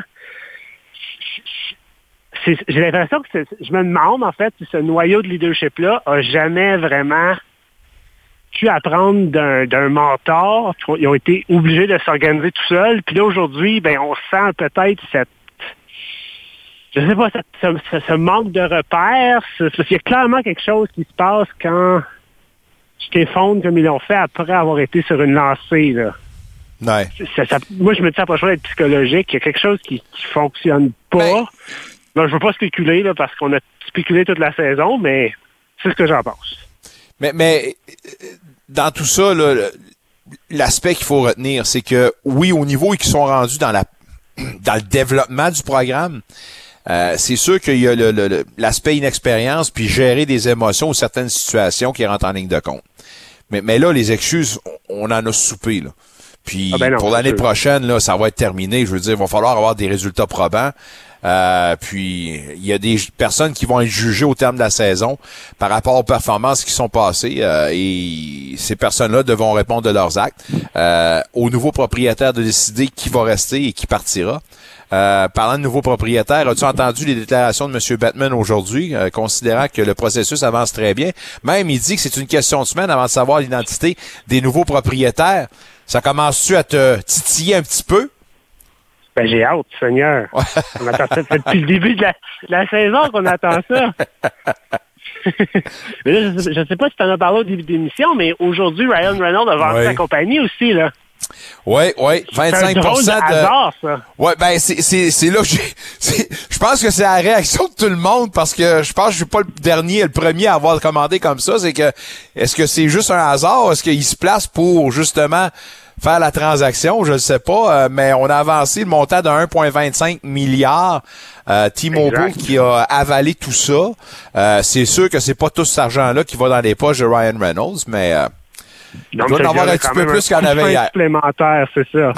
J'ai l'impression que je me demande, en fait, si ce noyau de leadership-là a jamais vraiment pu apprendre d'un mentor. Ils ont été obligés de s'organiser tout seuls. Puis là, aujourd'hui, ben, on sent peut-être je sais pas, ce manque de repères. Il y a clairement quelque chose qui se passe quand tu t'effondres comme ils l'ont fait après avoir été sur une lancée, là. Ouais. Moi, je me dis ça pas d'être psychologique. Il y a quelque chose qui fonctionne pas. Là, je veux pas spéculer là, parce qu'on a spéculé toute la saison, mais c'est ce que j'en pense. Mais dans tout ça, là, l'aspect qu'il faut retenir, c'est que oui, au niveau où ils sont rendus dans le développement du programme, c'est sûr qu'il y a l'aspect inexpérience puis gérer des émotions ou certaines situations qui rentrent en ligne de compte. Mais là, les excuses, on en a soupé, là. Puis pour l'année prochaine, là, ça va être terminé. Je veux dire, il va falloir avoir des résultats probants. Puis il y a des personnes qui vont être jugées au terme de la saison par rapport aux performances qui sont passées et ces personnes-là devront répondre de leurs actes. Aux nouveaux propriétaires de décider qui va rester et qui partira. Parlant de nouveaux propriétaires, as-tu entendu les déclarations de M. Bettman aujourd'hui, considérant que le processus avance très bien? Même, il dit que c'est une question de semaine avant de savoir l'identité des nouveaux propriétaires. Ça commence-tu à te titiller un petit peu? Ben, j'ai hâte, Seigneur. On attend ça depuis le début de la saison qu'on attend ça. Mais là, je sais pas si tu en as parlé au début de l'émission, mais aujourd'hui, Ryan Reynolds a vendu sa compagnie aussi, là. Oui, 25%. C'est un drôle de hasard, ça. Ouais, ben c'est là que je pense que c'est la réaction de tout le monde parce que je pense que je suis pas le premier à avoir commandé comme ça. C'est que est-ce que c'est juste un hasard? Est-ce qu'il se place pour justement faire la transaction? Je ne sais pas, mais on a avancé le montant de 1,25 milliard. T-Mobile qui a avalé tout ça. C'est sûr que c'est pas tout cet argent-là qui va dans les poches de Ryan Reynolds, mais il doit en avoir un petit peu plus qu'il y en avait hier. Supplémentaire, c'est ça.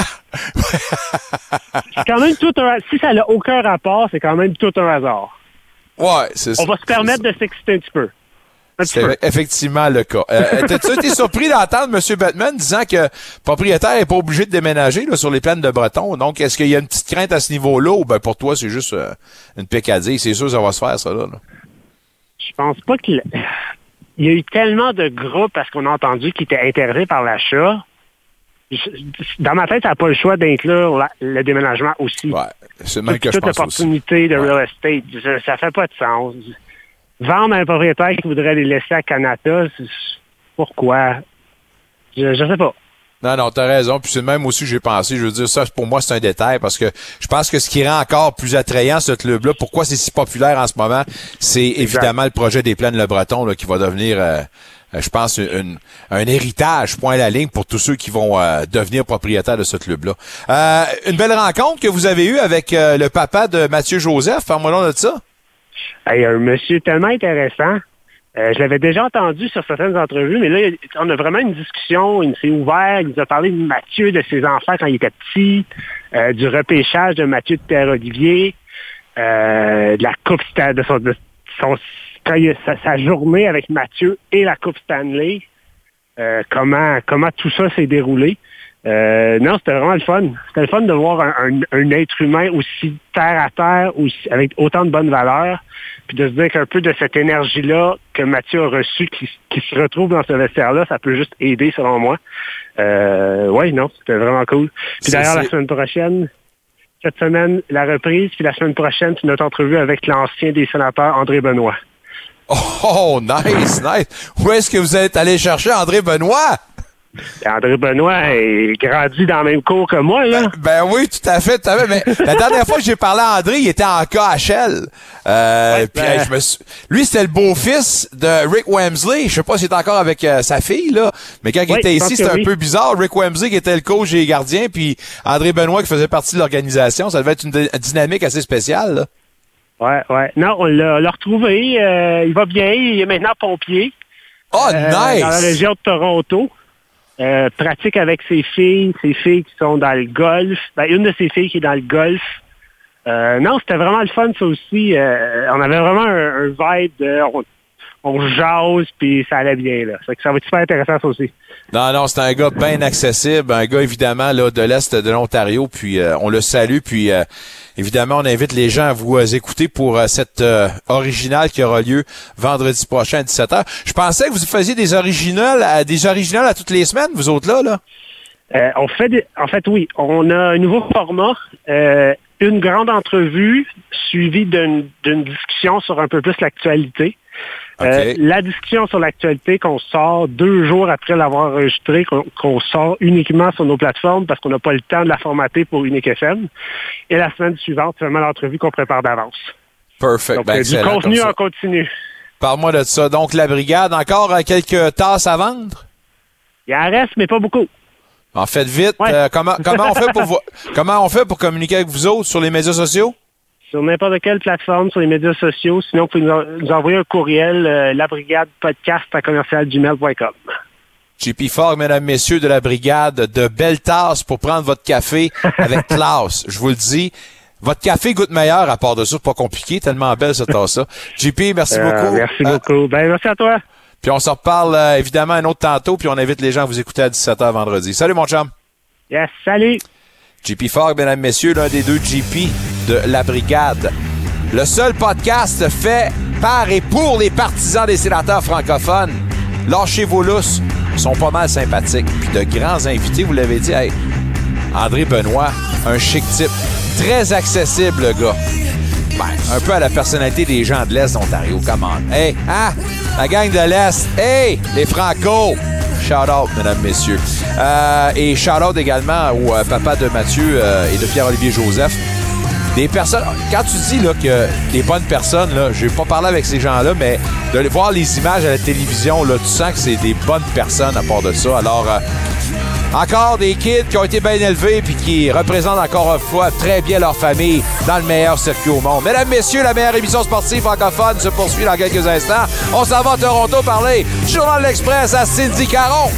C'est quand même tout si ça n'a aucun rapport, c'est quand même tout un hasard. Ouais, c'est ça. On va se permettre de s'exciter un petit peu. C'est effectivement le cas. T'as-tu été surpris d'entendre M. Bettman disant que le propriétaire n'est pas obligé de déménager là, sur les plaines de Breton? Donc, est-ce qu'il y a une petite crainte à ce niveau-là ou ben pour toi, c'est juste une pécadille? C'est sûr que ça va se faire, ça, là. Je pense pas qu'il... Il y a eu tellement de groupes, parce qu'on a entendu, qui étaient intéressés par l'achat. Dans ma tête, ça n'a pas le choix d'inclure le déménagement aussi. Ouais, c'est même que je pense toute opportunité de real estate. Ça fait pas de sens. Vendre à un propriétaire qui voudrait les laisser à Canada, pourquoi? Je sais pas. Non, t'as raison. Puis c'est même aussi que j'ai pensé. Je veux dire, ça, pour moi, c'est un détail parce que je pense que ce qui rend encore plus attrayant ce club-là, pourquoi c'est si populaire en ce moment, c'est évidemment le projet des Plaines Le Breton là, qui va devenir, je pense, un héritage, point à la ligne, pour tous ceux qui vont devenir propriétaires de ce club-là. Une belle rencontre que vous avez eue avec le papa de Mathieu Joseph. Parle-moi donc de ça. Hey, un monsieur tellement intéressant. Je l'avais déjà entendu sur certaines entrevues, mais là, on a vraiment une discussion. Il s'est ouvert, il nous a parlé de Mathieu, de ses enfants quand il était petit, du repêchage de Mathieu de Terre-Olivier, de la Coupe Stanley, sa journée avec Mathieu et la Coupe Stanley, comment tout ça s'est déroulé. Non, c'était vraiment le fun. C'était le fun de voir un être humain aussi terre à terre, aussi, avec autant de bonnes valeurs, puis de se dire qu'un peu de cette énergie-là que Mathieu a reçue, qui se retrouve dans ce vestiaire-là, ça peut juste aider, selon moi. Oui, non, c'était vraiment cool. Puis d'ailleurs, la semaine prochaine, cette semaine, la reprise, puis la semaine prochaine, c'est notre entrevue avec l'ancien des Sénateurs, André Benoît. Oh, nice! Où est-ce que vous êtes allé chercher André Benoît? Et André Benoît est grandi dans le même cours que moi, là. Ben oui, tout à fait. Mais la dernière fois que j'ai parlé à André, il était en KHL. Lui, c'était le beau-fils de Rick Wamsley. Je sais pas s'il est encore avec sa fille, là. Mais quand il était ici, c'était un peu bizarre. Rick Wamsley qui était le coach et gardien, puis André Benoît qui faisait partie de l'organisation. Ça devait être une dynamique assez spéciale, là. Ouais. Non, on l'a retrouvé. Il va bien. Il est maintenant pompier. Oh, nice! Dans la région de Toronto. Pratique avec ses filles qui sont dans le golf. Une de ses filles qui est dans le golf. Non, c'était vraiment le fun, ça aussi. On avait vraiment un vibe de... On jase, puis ça allait bien, là. Ça va être super intéressant, ça aussi. Non, c'est un gars bien accessible, un gars, évidemment, là, de l'Est de l'Ontario, puis on le salue, puis évidemment, on invite les gens à vous écouter pour cette originale qui aura lieu vendredi prochain à 17h. Je pensais que vous faisiez des originales à toutes les semaines, vous autres là? En fait, oui. On a un nouveau format, une grande entrevue suivie d'une discussion sur un peu plus l'actualité. Okay. La discussion sur l'actualité qu'on sort 2 jours après l'avoir enregistrée, qu'on sort uniquement sur nos plateformes parce qu'on n'a pas le temps de la formater pour Unique FM. Et la semaine suivante, c'est vraiment l'entrevue qu'on prépare d'avance. Perfect. Donc, du contenu en continu. Parle-moi de ça. Donc, la brigade, encore quelques tasses à vendre? Il en reste, mais pas beaucoup. En fait, vite. Ouais. Comment on fait pour communiquer avec vous autres sur les médias sociaux? Sur n'importe quelle plateforme, sur les médias sociaux. Sinon, vous pouvez nous envoyer un courriel, labrigadepodcast@gmail.com. JP Fogg, mesdames, messieurs de la brigade, de belles tasses pour prendre votre café avec classe. Je vous le dis. Votre café goûte meilleur à part de ça. C'est pas compliqué, tellement belle cette tasse-là. JP, merci beaucoup. Merci beaucoup. Merci à toi. Puis on se reparle évidemment un autre tantôt, puis on invite les gens à vous écouter à 17h vendredi. Salut mon chum. Yes, salut. JP Fogg, mesdames, messieurs, l'un des 2 JP de la brigade. Le seul podcast fait par et pour les partisans des sénateurs francophones. Lâchez vos lousses, ils sont pas mal sympathiques. Puis de grands invités, vous l'avez dit, hey, André Benoit, un chic type, très accessible le gars. Un peu à la personnalité des gens de l'Est d'Ontario, come on. Hey, la gang de l'Est, hey, les Franco. Shout-out, mesdames, messieurs. Et shout-out également au papa de Mathieu et de Pierre-Olivier Joseph. Des personnes... Quand tu dis là, que des bonnes personnes, là, je n'ai pas parlé avec ces gens-là, mais de voir les images à la télévision, là, tu sens que c'est des bonnes personnes à part de ça. Alors, encore des kids qui ont été bien élevés puis qui représentent encore une fois très bien leur famille dans le meilleur circuit au monde. Mesdames, messieurs, la meilleure émission sportive francophone se poursuit dans quelques instants. On s'en va à Toronto parler du Journal de l'Express à Cindy Caron.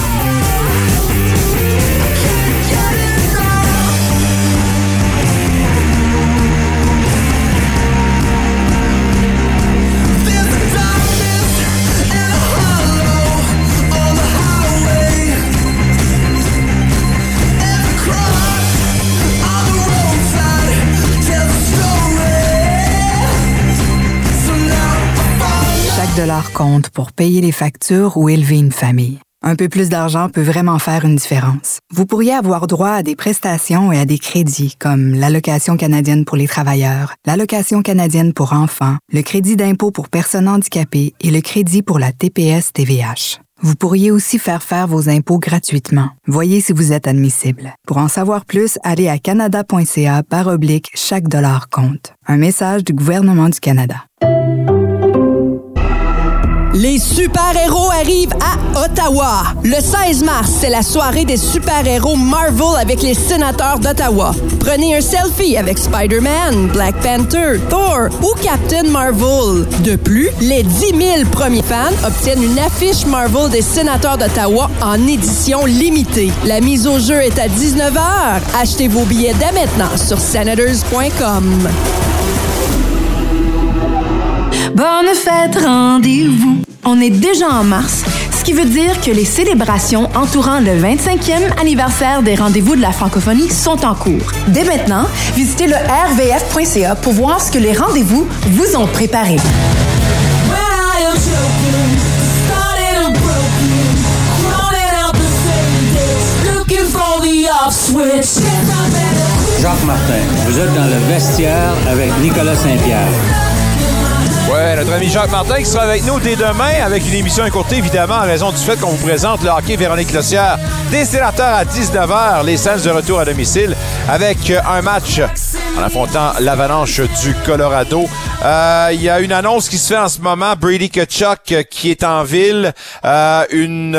$1 compte pour payer les factures ou élever une famille. Un peu plus d'argent peut vraiment faire une différence. Vous pourriez avoir droit à des prestations et à des crédits comme l'Allocation canadienne pour les travailleurs, l'Allocation canadienne pour enfants, le crédit d'impôt pour personnes handicapées et le crédit pour la TPS-TVH. Vous pourriez aussi faire vos impôts gratuitement. Voyez si vous êtes admissible. Pour en savoir plus, allez à canada.ca/chaque dollar compte. Un message du gouvernement du Canada. Les super-héros arrivent à Ottawa. Le 16 mars, c'est la soirée des super-héros Marvel avec les sénateurs d'Ottawa. Prenez un selfie avec Spider-Man, Black Panther, Thor ou Captain Marvel. De plus, les 10 000 premiers fans obtiennent une affiche Marvel des sénateurs d'Ottawa en édition limitée. La mise au jeu est à 19h. Achetez vos billets dès maintenant sur senators.com. Bonne fête, rendez-vous! On est déjà en mars, ce qui veut dire que les célébrations entourant le 25e anniversaire des Rendez-vous de la francophonie sont en cours. Dès maintenant, visitez le rvf.ca pour voir ce que les rendez-vous vous ont préparé. Jacques Martin, vous êtes dans le vestiaire avec Nicolas Saint-Pierre. Ouais, Notre ami Jacques Martin qui sera avec nous dès demain avec une émission écourtée, évidemment, en raison du fait qu'on vous présente le hockey Véronique Lossière des Sénateurs à 19h, les Sens de retour à domicile avec un match en affrontant l'Avalanche du Colorado. Il y a une annonce qui se fait en ce moment, Brady Tkachuk qui est en ville, une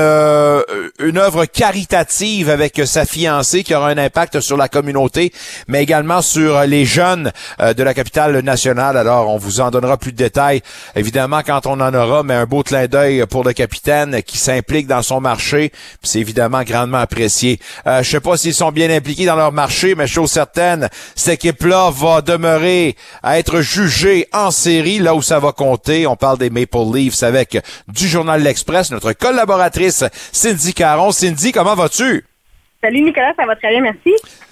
œuvre caritative avec sa fiancée qui aura un impact sur la communauté, mais également sur les jeunes de la capitale nationale. Alors, on vous en donnera plus de détails, évidemment, quand on en aura, mais un beau clin d'œil pour le capitaine qui s'implique dans son marché. C'est évidemment grandement apprécié. Je sais pas s'ils sont bien impliqués dans leur marché, mais chose certaine, cette équipe-là va demeurer à être jugée en série, là où ça va compter. On parle des Maple Leafs avec du Journal L'Express, notre collaboratrice Cindy Caron. Cindy, comment vas-tu? Salut Nicolas, ça va très bien, merci.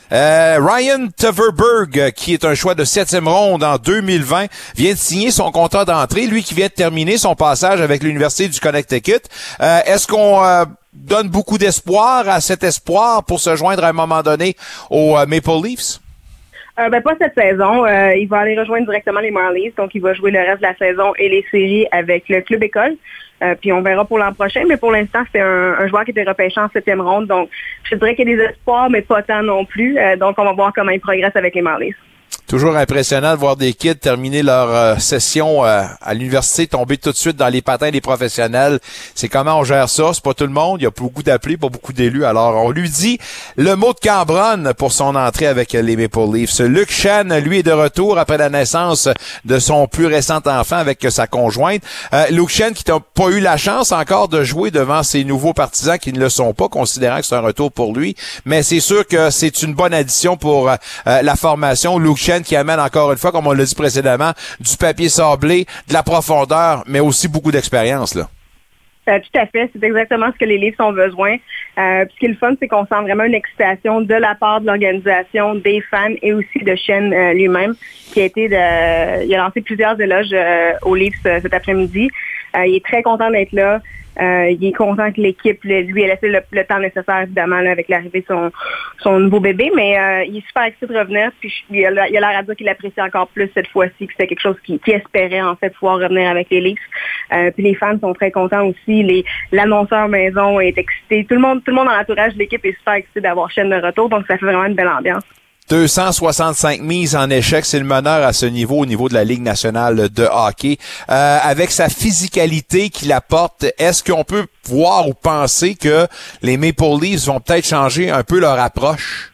Ryan Teuverberg, qui est un choix de 7e ronde en 2020, vient de signer son contrat d'entrée, lui qui vient de terminer son passage avec l'Université du Connecticut. Est-ce qu'on donne beaucoup d'espoir à cet espoir pour se joindre à un moment donné aux Maple Leafs? Pas cette saison. Il va aller rejoindre directement les Marlies, donc il va jouer le reste de la saison et les séries avec le club école. Puis on verra pour l'an prochain, mais pour l'instant, c'est un joueur qui était repêché en 7e ronde, donc je dirais qu'il y a des espoirs, mais pas tant non plus. Donc on va voir comment il progresse avec les Marlies. Toujours impressionnant de voir des kids terminer leur session à l'université, tomber tout de suite dans les patins des professionnels. C'est comment on gère ça. C'est pas tout le monde. Il y a beaucoup d'appelés, pas beaucoup d'élus. Alors, on lui dit le mot de Cambronne pour son entrée avec les Maple Leafs. Luke Schenn, lui, est de retour après la naissance de son plus récent enfant avec sa conjointe. Luke Schenn qui n'a pas eu la chance encore de jouer devant ses nouveaux partisans qui ne le sont pas, considérant que c'est un retour pour lui. Mais c'est sûr que c'est une bonne addition pour la formation. Luke Schenn qui amène encore une fois, comme on l'a dit précédemment, du papier sablé, de la profondeur, mais aussi beaucoup d'expérience, là. Tout à fait. C'est exactement ce que les Leafs ont besoin. Ce qui est le fun, c'est qu'on sent vraiment une excitation de la part de l'organisation, des fans et aussi de Schenn lui-même, qui il a lancé plusieurs éloges aux Leafs cet après-midi. Il est très content d'être là. Il est content que l'équipe lui ait laissé le temps nécessaire, évidemment, là, avec l'arrivée de son nouveau bébé, mais il est super excité de revenir, puis il a l'air à dire qu'il apprécie encore plus cette fois-ci, que c'était quelque chose qu'il espérait, en fait, pouvoir revenir avec les Leafs. Puis les fans sont très contents aussi, l'annonceur maison est excité, tout le monde dans l'entourage de l'équipe est super excité d'avoir Schenn de retour, donc ça fait vraiment une belle ambiance. 265 mises en échec, c'est le meneur à ce niveau, au niveau de la Ligue nationale de hockey. Avec sa physicalité qu'il apporte, est-ce qu'on peut voir ou penser que les Maple Leafs vont peut-être changer un peu leur approche?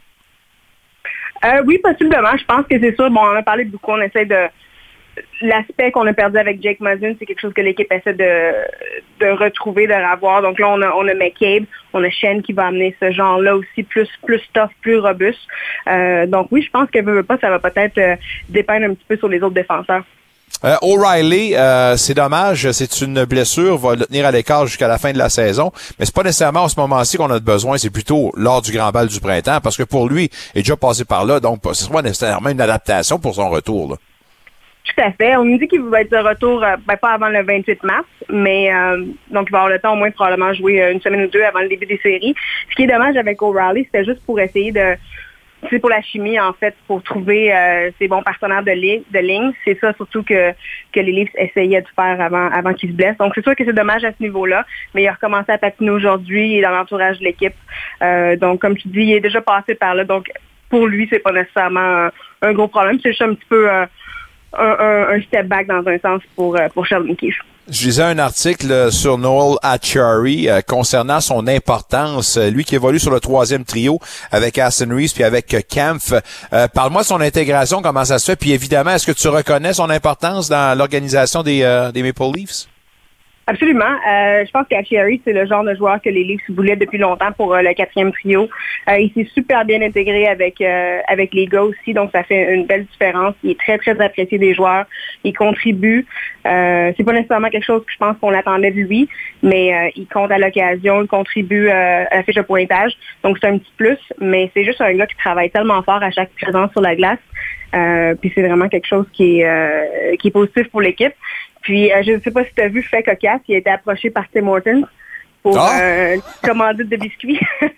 Oui, possiblement. Je pense que c'est sûr. Bon, on en a parlé beaucoup. On essaie de... L'aspect qu'on a perdu avec Jake Muzzin, c'est quelque chose que l'équipe essaie de retrouver, de revoir. Donc là, on a McCabe, on a Schenn qui va amener ce genre-là aussi, plus tough, plus robuste. Donc oui, je pense que ça va peut-être dépeindre un petit peu sur les autres défenseurs. O'Reilly, c'est dommage, c'est une blessure, va le tenir à l'écart jusqu'à la fin de la saison, mais c'est pas nécessairement en ce moment-ci qu'on a besoin, c'est plutôt lors du grand bal du printemps, parce que pour lui, il est déjà passé par là, donc c'est pas nécessairement une adaptation pour son retour, là. Tout à fait. On nous dit qu'il va être de retour, pas avant le 28 mars, mais donc il va avoir le temps au moins de probablement jouer une semaine ou deux avant le début des séries. Ce qui est dommage avec O'Reilly, c'était juste pour essayer c'est pour la chimie, en fait, pour trouver ses bons partenaires de ligne. C'est ça surtout que les Leafs essayaient de faire avant qu'ils se blessent. Donc c'est sûr que c'est dommage à ce niveau-là, mais il a recommencé à patiner aujourd'hui, il est dans l'entourage de l'équipe. Donc comme tu dis, il est déjà passé par là. Donc pour lui, c'est pas nécessairement un gros problème. C'est juste un petit peu un step back dans un sens pour Sheldon Keefe. Je lisais un article sur Noel Acciari concernant son importance. Lui qui évolue sur le 3e trio avec Aston Reese puis avec Kampf. Parle-moi de son intégration, comment ça se fait. Puis évidemment, est-ce que tu reconnais son importance dans l'organisation des Maple Leafs? Absolument. Je pense qu'Acciari, c'est le genre de joueur que les Leafs voulaient depuis longtemps pour le 4e trio. Il s'est super bien intégré avec les gars aussi, donc ça fait une belle différence. Il est très, très apprécié des joueurs. Il contribue. C'est pas nécessairement quelque chose que je pense qu'on attendait de lui, mais il compte à l'occasion, il contribue à la fiche de pointage. Donc c'est un petit plus, mais c'est juste un gars qui travaille tellement fort à chaque présence sur la glace. Puis c'est vraiment quelque chose qui est positif pour l'équipe. Puis, je ne sais pas si tu as vu Fait Cocasse, il a été approché par Tim Hortons pour commandite de biscuits.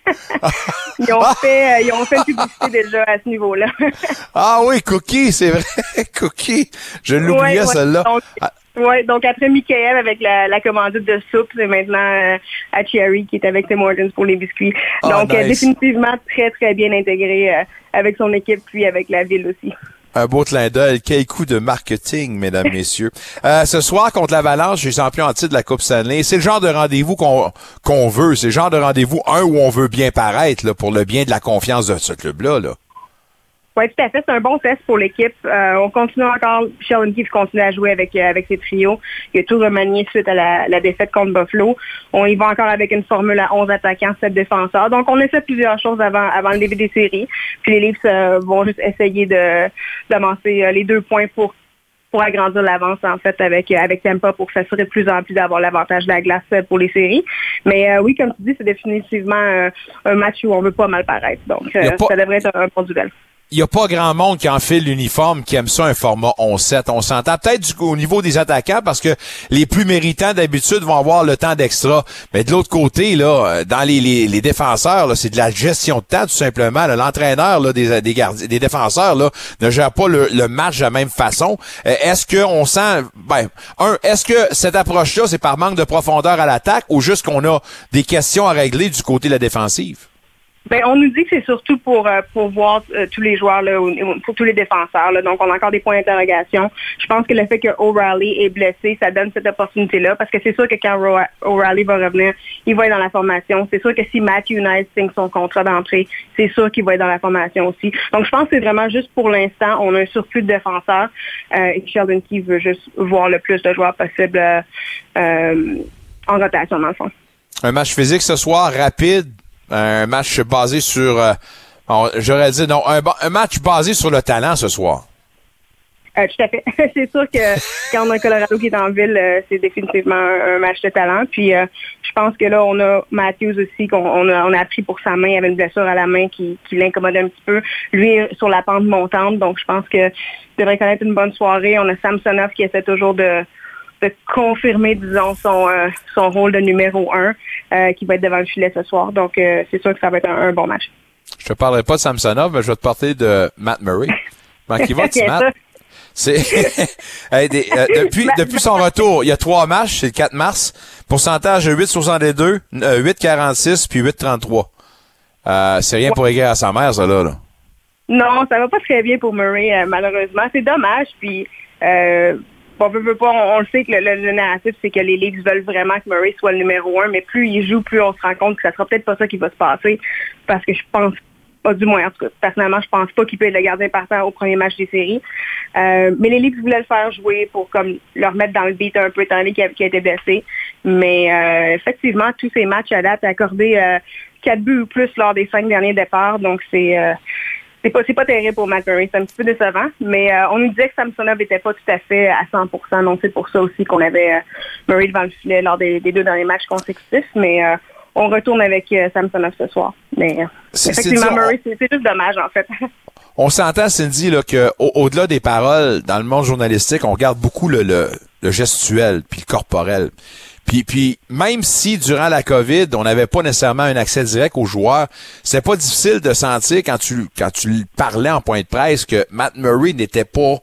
Ils ont fait une publicité déjà à ce niveau-là. Ah oui, Cookie, c'est vrai, Cookie. Je l'oubliais, celle-là. Donc, Oui, donc après Michael avec la commandite de soupe, c'est maintenant Cherry qui est avec Tim Hortons pour les biscuits. Donc nice. Définitivement très très bien intégré avec son équipe puis avec la ville aussi. Un beau clin d'œil. Quel coup de marketing, mesdames, messieurs. Ce soir, contre l'Avalanche, les champions en titre de la Coupe Stanley, c'est le genre de rendez-vous qu'on veut. C'est le genre de rendez-vous, où on veut bien paraître là, pour le bien de la confiance de ce club-là. Là. Oui, tout à fait. C'est un bon test pour l'équipe. On continue encore. Sheldon Keefe continue à jouer avec ses trios. Il a tout remanié suite à la défaite contre Buffalo. On y va encore avec une formule à 11 attaquants, 7 défenseurs. Donc, on essaie plusieurs choses avant le début des séries. Puis les Leafs vont juste essayer d'avancer les 2 points pour agrandir l'avance, en fait, avec Tampa pour s'assurer de plus en plus d'avoir l'avantage de la glace pour les séries. Mais oui, comme tu dis, c'est définitivement un match où on veut pas mal paraître. Donc, ça devrait être un bon duel. Il n'y a pas grand monde qui enfile l'uniforme qui aime ça, un format 11-7. On s'entend peut-être au niveau des attaquants parce que les plus méritants d'habitude vont avoir le temps d'extra. Mais de l'autre côté, là, dans les défenseurs, là, c'est de la gestion de temps tout simplement. Là. L'entraîneur là, des défenseurs là, ne gère pas le match de la même façon. Est-ce que on sent est-ce que cette approche-là, c'est par manque de profondeur à l'attaque ou juste qu'on a des questions à régler du côté de la défensive? Ben, on nous dit que c'est surtout pour voir tous les joueurs, là, pour tous les défenseurs. Là. Donc, on a encore des points d'interrogation. Je pense que le fait que O'Reilly est blessé, ça donne cette opportunité-là, parce que c'est sûr que quand O'Reilly va revenir, il va être dans la formation. C'est sûr que si Matthew Knies signe son contrat d'entrée, c'est sûr qu'il va être dans la formation aussi. Donc, je pense que c'est vraiment juste pour l'instant, on a un surplus de défenseurs et Sheldon Keefe veut juste voir le plus de joueurs possible en rotation, dans le fond. Un match physique ce soir, rapide. Un match basé sur, j'aurais dit non, un match basé sur le talent ce soir. Tout à fait. C'est sûr que quand on a Colorado qui est en ville, c'est définitivement un match de talent. Puis je pense que là, on a Matthews aussi, qu'on a appris pour sa main. Il avait une blessure à la main qui l'incommodait un petit peu. Lui, sur la pente montante. Donc, je pense que devrait connaître une bonne soirée. On a Samsonov qui essaie toujours de confirmer, disons, son rôle de numéro 1 qui va être devant le filet ce soir. Donc, c'est sûr que ça va être un bon match. Je te parlerai pas de Samsonov, mais je vais te parler de Matt Murray. Comment il va, petit Matt? C'est depuis son retour, il y a 3 matchs, c'est le 4 mars. Pourcentage de 8,62, 8,46 puis 8,33. C'est rien pour égaler à sa mère, ça là. Non, ça va pas très bien pour Murray, malheureusement. C'est dommage, puis on le sait que le narratif, c'est que les Leafs veulent vraiment que Murray soit le numéro 1, mais plus il joue, plus on se rend compte que ça sera peut-être pas ça qui va se passer, parce que je pense pas, du moins, en tout cas, personnellement, je pense pas qu'il peut être le gardien partant au premier match des séries. Mais les Leafs voulaient le faire jouer pour comme le remettre dans le beat un peu, étant donné qu'il a été blessé. Mais effectivement, tous ces matchs à date accordé 4 buts ou plus lors des 5 derniers départs, donc c'est pas terrible pour Matt Murray, c'est un petit peu décevant, mais on nous disait que Samsonov n'était pas tout à fait à 100%, donc c'est pour ça aussi qu'on avait Murray devant le filet lors des 2 derniers matchs consécutifs, mais on retourne avec Samsonov ce soir. Mais effectivement, Murray, c'est juste dommage, en fait. On s'entend, Cindy, là, que au-delà des paroles, dans le monde journalistique, on regarde beaucoup le gestuel puis le corporel. Puis même si durant la COVID, on n'avait pas nécessairement un accès direct aux joueurs, c'est pas difficile de sentir quand tu parlais en point de presse que Matt Murray n'était pas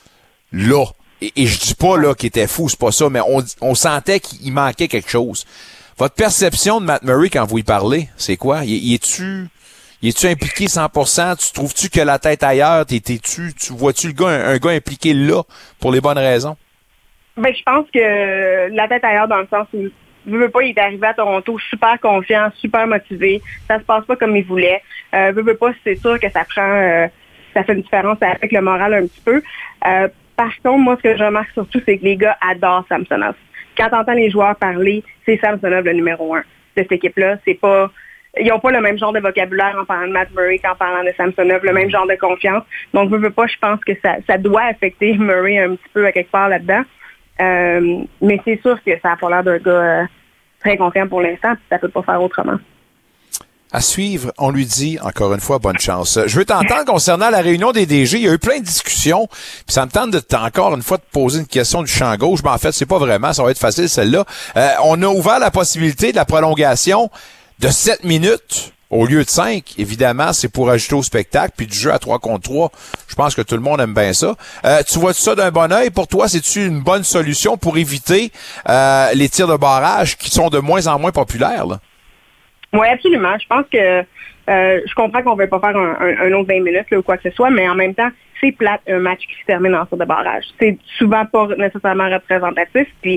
là. Et je dis pas là qu'il était fou, c'est pas ça, mais on sentait qu'il manquait quelque chose. Votre perception de Matt Murray quand vous y parlez, c'est quoi? Y es-tu impliqué 100%? Tu trouves-tu que la tête ailleurs? Tu vois-tu le gars, un gars impliqué là pour les bonnes raisons? Ben, je pense que la tête ailleurs dans le sens où il veut pas, il est arrivé à Toronto super confiant, super motivé. Ça se passe pas comme il voulait. Veut pas, c'est sûr que ça fait une différence avec le moral un petit peu. Par contre, moi, ce que je remarque surtout, c'est que les gars adorent Samsonov. Quand t'entends les joueurs parler, c'est Samsonov le numéro 1 de cette équipe-là. C'est pas, ils n'ont pas le même genre de vocabulaire en parlant de Matt Murray qu'en parlant de Samsonov, le même genre de confiance. Donc, veut pas, je pense que ça doit affecter Murray un petit peu à quelque part là-dedans. Mais c'est sûr que ça n'a pas l'air d'un gars très confiant pour l'instant, puis ça peut pas faire autrement. À suivre, on lui dit, encore une fois, bonne chance. Je veux t'entendre concernant la réunion des DG. Il y a eu plein de discussions, puis ça me tente encore une fois de poser une question du champ gauche. Mais en fait, c'est pas vraiment, ça va être facile celle-là. On a ouvert la possibilité de la prolongation de 7 minutes au lieu de 5, évidemment, c'est pour ajouter au spectacle, puis du jeu à 3 contre 3. Je pense que tout le monde aime bien ça. Tu vois ça d'un bon œil? Pour toi, c'est-tu une bonne solution pour éviter les tirs de barrage qui sont de moins en moins populaires, là? Oui, absolument. Je pense que je comprends qu'on ne veut pas faire un autre 20 minutes là, ou quoi que ce soit, mais en même temps, c'est plate un match qui se termine en tir de barrage. C'est souvent pas nécessairement représentatif. Puis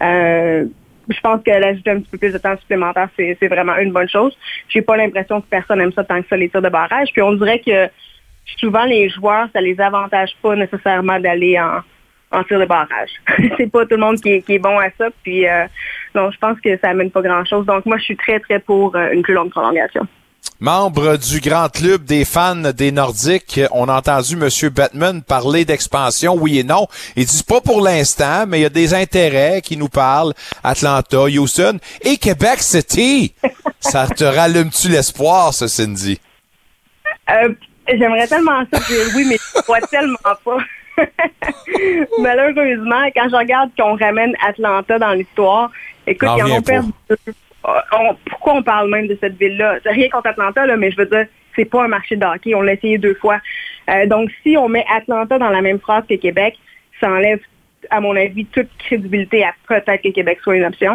je pense que l'ajouter un petit peu plus de temps supplémentaire, c'est vraiment une bonne chose. J'ai pas l'impression que personne aime ça tant que ça, les tirs de barrage. Puis on dirait que souvent les joueurs, ça les avantage pas nécessairement d'aller en tir de barrage. C'est pas tout le monde qui est bon à ça. Puis non, je pense que ça amène pas grand-chose. Donc moi, je suis très, très pour une plus longue prolongation. Membre du grand club des fans des Nordiques, on a entendu M. Bettman parler d'expansion, oui et non. Il dit pas pour l'instant, mais il y a des intérêts qui nous parlent. Atlanta, Houston et Québec City. Ça te rallume-tu l'espoir, ça, Cindy? J'aimerais tellement ça dire oui, mais je ne crois tellement pas. Malheureusement, quand je regarde qu'on ramène Atlanta dans l'histoire, écoute, ils en ont perdu. Pourquoi on parle même de cette ville-là? C'est rien contre Atlanta, là, mais je veux dire, c'est pas un marché de hockey. On l'a essayé 2 fois. Donc, si on met Atlanta dans la même phrase que Québec, ça enlève, à mon avis, toute crédibilité à peut-être que Québec soit une option.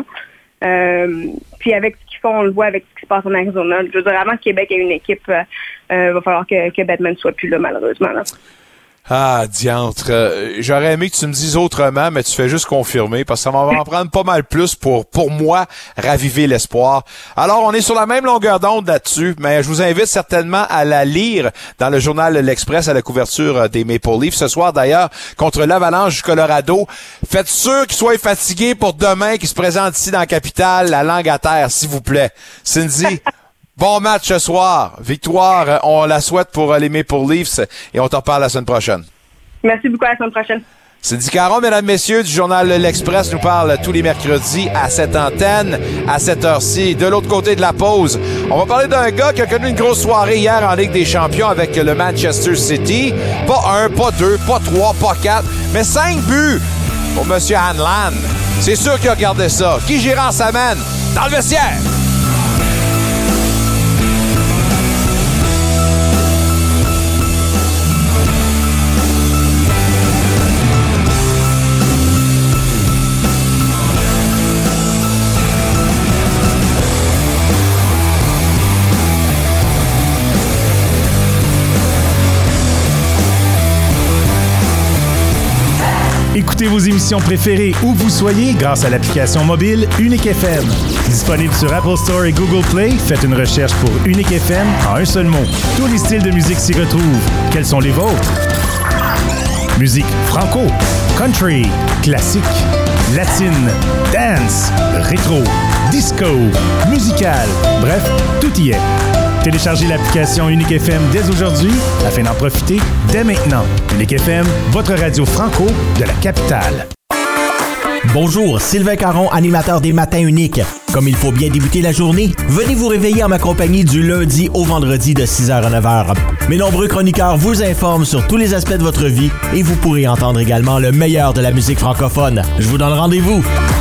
Puis avec ce qu'ils font, on le voit avec ce qui se passe en Arizona. Je veux dire, avant que Québec ait une équipe, va falloir que Bettman soit plus là, malheureusement. Là. Ah, diantre. J'aurais aimé que tu me dises autrement, mais tu fais juste confirmer, parce que ça va en prendre pas mal plus pour moi, raviver l'espoir. Alors, on est sur la même longueur d'onde là-dessus, mais je vous invite certainement à la lire dans le journal L'Express à la couverture des Maple Leafs. Ce soir, d'ailleurs, contre l'Avalanche du Colorado. Faites sûr qu'ils soient fatigués pour demain, qu'ils se présentent ici dans la capitale, la langue à terre, s'il vous plaît. Cindy, bon match ce soir. Victoire, on la souhaite pour les Maple Leafs et on t'en reparle la semaine prochaine. Merci beaucoup, à la semaine prochaine. Cindy Caron, mesdames, messieurs, du journal L'Express, nous parle tous les mercredis à cette antenne, à cette heure-ci. De l'autre côté de la pause, on va parler d'un gars qui a connu une grosse soirée hier en Ligue des Champions avec le Manchester City. Pas 1, pas 2, pas 3, pas 4, mais 5 buts pour M. Hanlan. C'est sûr qu'il a regardé ça. Guy Girard s'amène dans le vestiaire. Écoutez vos émissions préférées où que vous soyez grâce à l'application mobile Unique FM. Disponible sur Apple Store et Google Play, faites une recherche pour Unique FM en un seul mot. Tous les styles de musique s'y retrouvent. Quels sont les vôtres? Musique franco, country, classique, latine, dance, rétro, disco, musical, bref, tout y est. Téléchargez l'application Unique FM dès aujourd'hui afin d'en profiter dès maintenant. Unique FM, votre radio franco de la capitale. Bonjour, Sylvain Caron, animateur des Matins Uniques. Comme il faut bien débuter la journée, venez vous réveiller en ma compagnie du lundi au vendredi de 6h à 9h. Mes nombreux chroniqueurs vous informent sur tous les aspects de votre vie et vous pourrez entendre également le meilleur de la musique francophone. Je vous donne rendez-vous.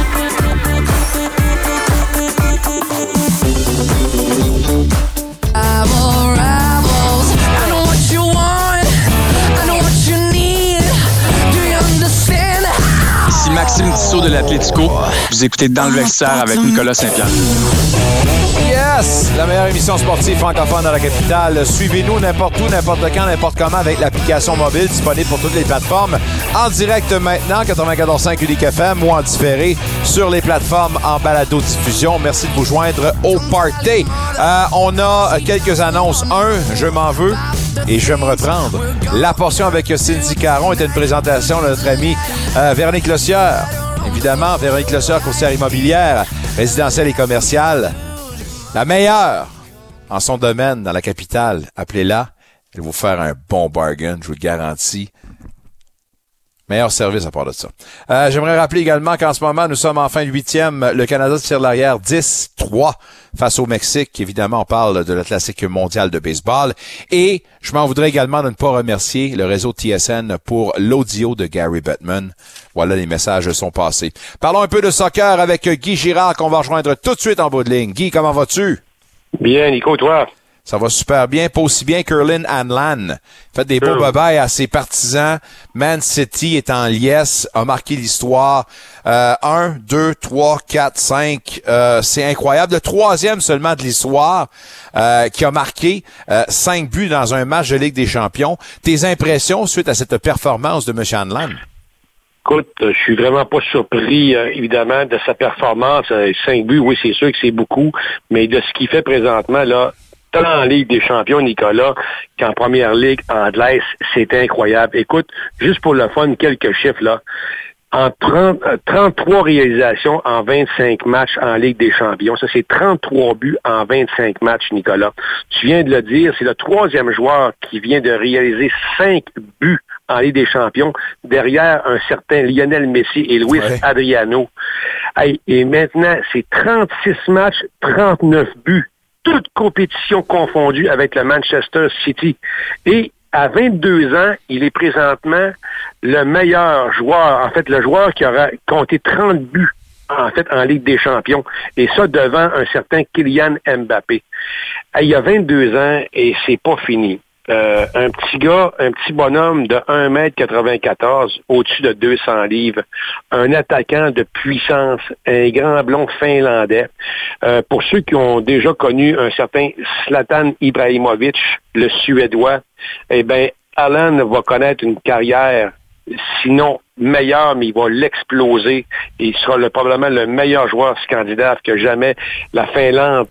Maxime Tissot de l'Atlético. Vous écoutez Dans le vestiaire avec Nicolas Saint-Pierre. Yes! La meilleure émission sportive francophone dans la capitale. Suivez-nous n'importe où, n'importe quand, n'importe comment avec l'application mobile disponible pour toutes les plateformes. En direct maintenant, 94.5 Unique FM ou en différé sur les plateformes en balado-diffusion. Merci de vous joindre au party. On a quelques annonces. Je m'en veux et je vais me reprendre. La portion avec Cindy Caron était une présentation de notre amie Véronique Lossieur. Évidemment, Véronique Lossieur, courtière immobilière, résidentielle et commerciale. La meilleure en son domaine dans la capitale. Appelez-la. Elle va vous faire un bon bargain, je vous le garantis. Meilleur service à part de ça. J'aimerais rappeler également qu'en ce moment, nous sommes en fin de 8e. Le Canada tire l'arrière 10-3 face au Mexique. Évidemment, on parle de la classique mondiale de baseball. Et je m'en voudrais également de ne pas remercier le réseau TSN pour l'audio de Gary Bettman. Voilà, les messages sont passés. Parlons un peu de soccer avec Guy Girard qu'on va rejoindre tout de suite en bout de ligne. Guy, comment vas-tu? Bien, Nico, toi? Ça va super bien. Pas aussi bien qu'Erling Haaland. Fait des beaux bye-bye à ses partisans. Man City est en liesse, a marqué l'histoire. 1, 2, 3, 4, 5. C'est incroyable. Le troisième seulement de l'histoire qui a marqué 5 buts dans un match de Ligue des Champions. Tes impressions suite à cette performance de M. Haaland? Écoute, je suis vraiment pas surpris, évidemment, de sa performance. 5 buts, oui, c'est sûr que c'est beaucoup, mais de ce qu'il fait présentement, là, tant en Ligue des Champions, Nicolas, qu'en Première Ligue anglaise, c'est incroyable. Écoute, juste pour le fun, quelques chiffres, là. En 33 réalisations en 25 matchs en Ligue des Champions. Ça, c'est 33 buts en 25 matchs, Nicolas. Tu viens de le dire, c'est le troisième joueur qui vient de réaliser 5 buts en Ligue des Champions, derrière un certain Lionel Messi et Luis Adriano. Hey, et maintenant, c'est 36 matchs, 39 buts, toutes compétitions confondues avec le Manchester City. Et à 22 ans, il est présentement le meilleur joueur, en fait, le joueur qui aura compté 30 buts, en fait, en Ligue des Champions. Et ça, devant un certain Kylian Mbappé. Il y a 22 ans et c'est pas fini. Un petit gars, un petit bonhomme de 1m94, au-dessus de 200 livres, un attaquant de puissance, un grand blond finlandais. Pour ceux qui ont déjà connu un certain Zlatan Ibrahimovic, le Suédois, eh bien, Haaland va connaître une carrière, sinon meilleure, mais il va l'exploser. Et il sera probablement le meilleur joueur scandinave que jamais la Finlande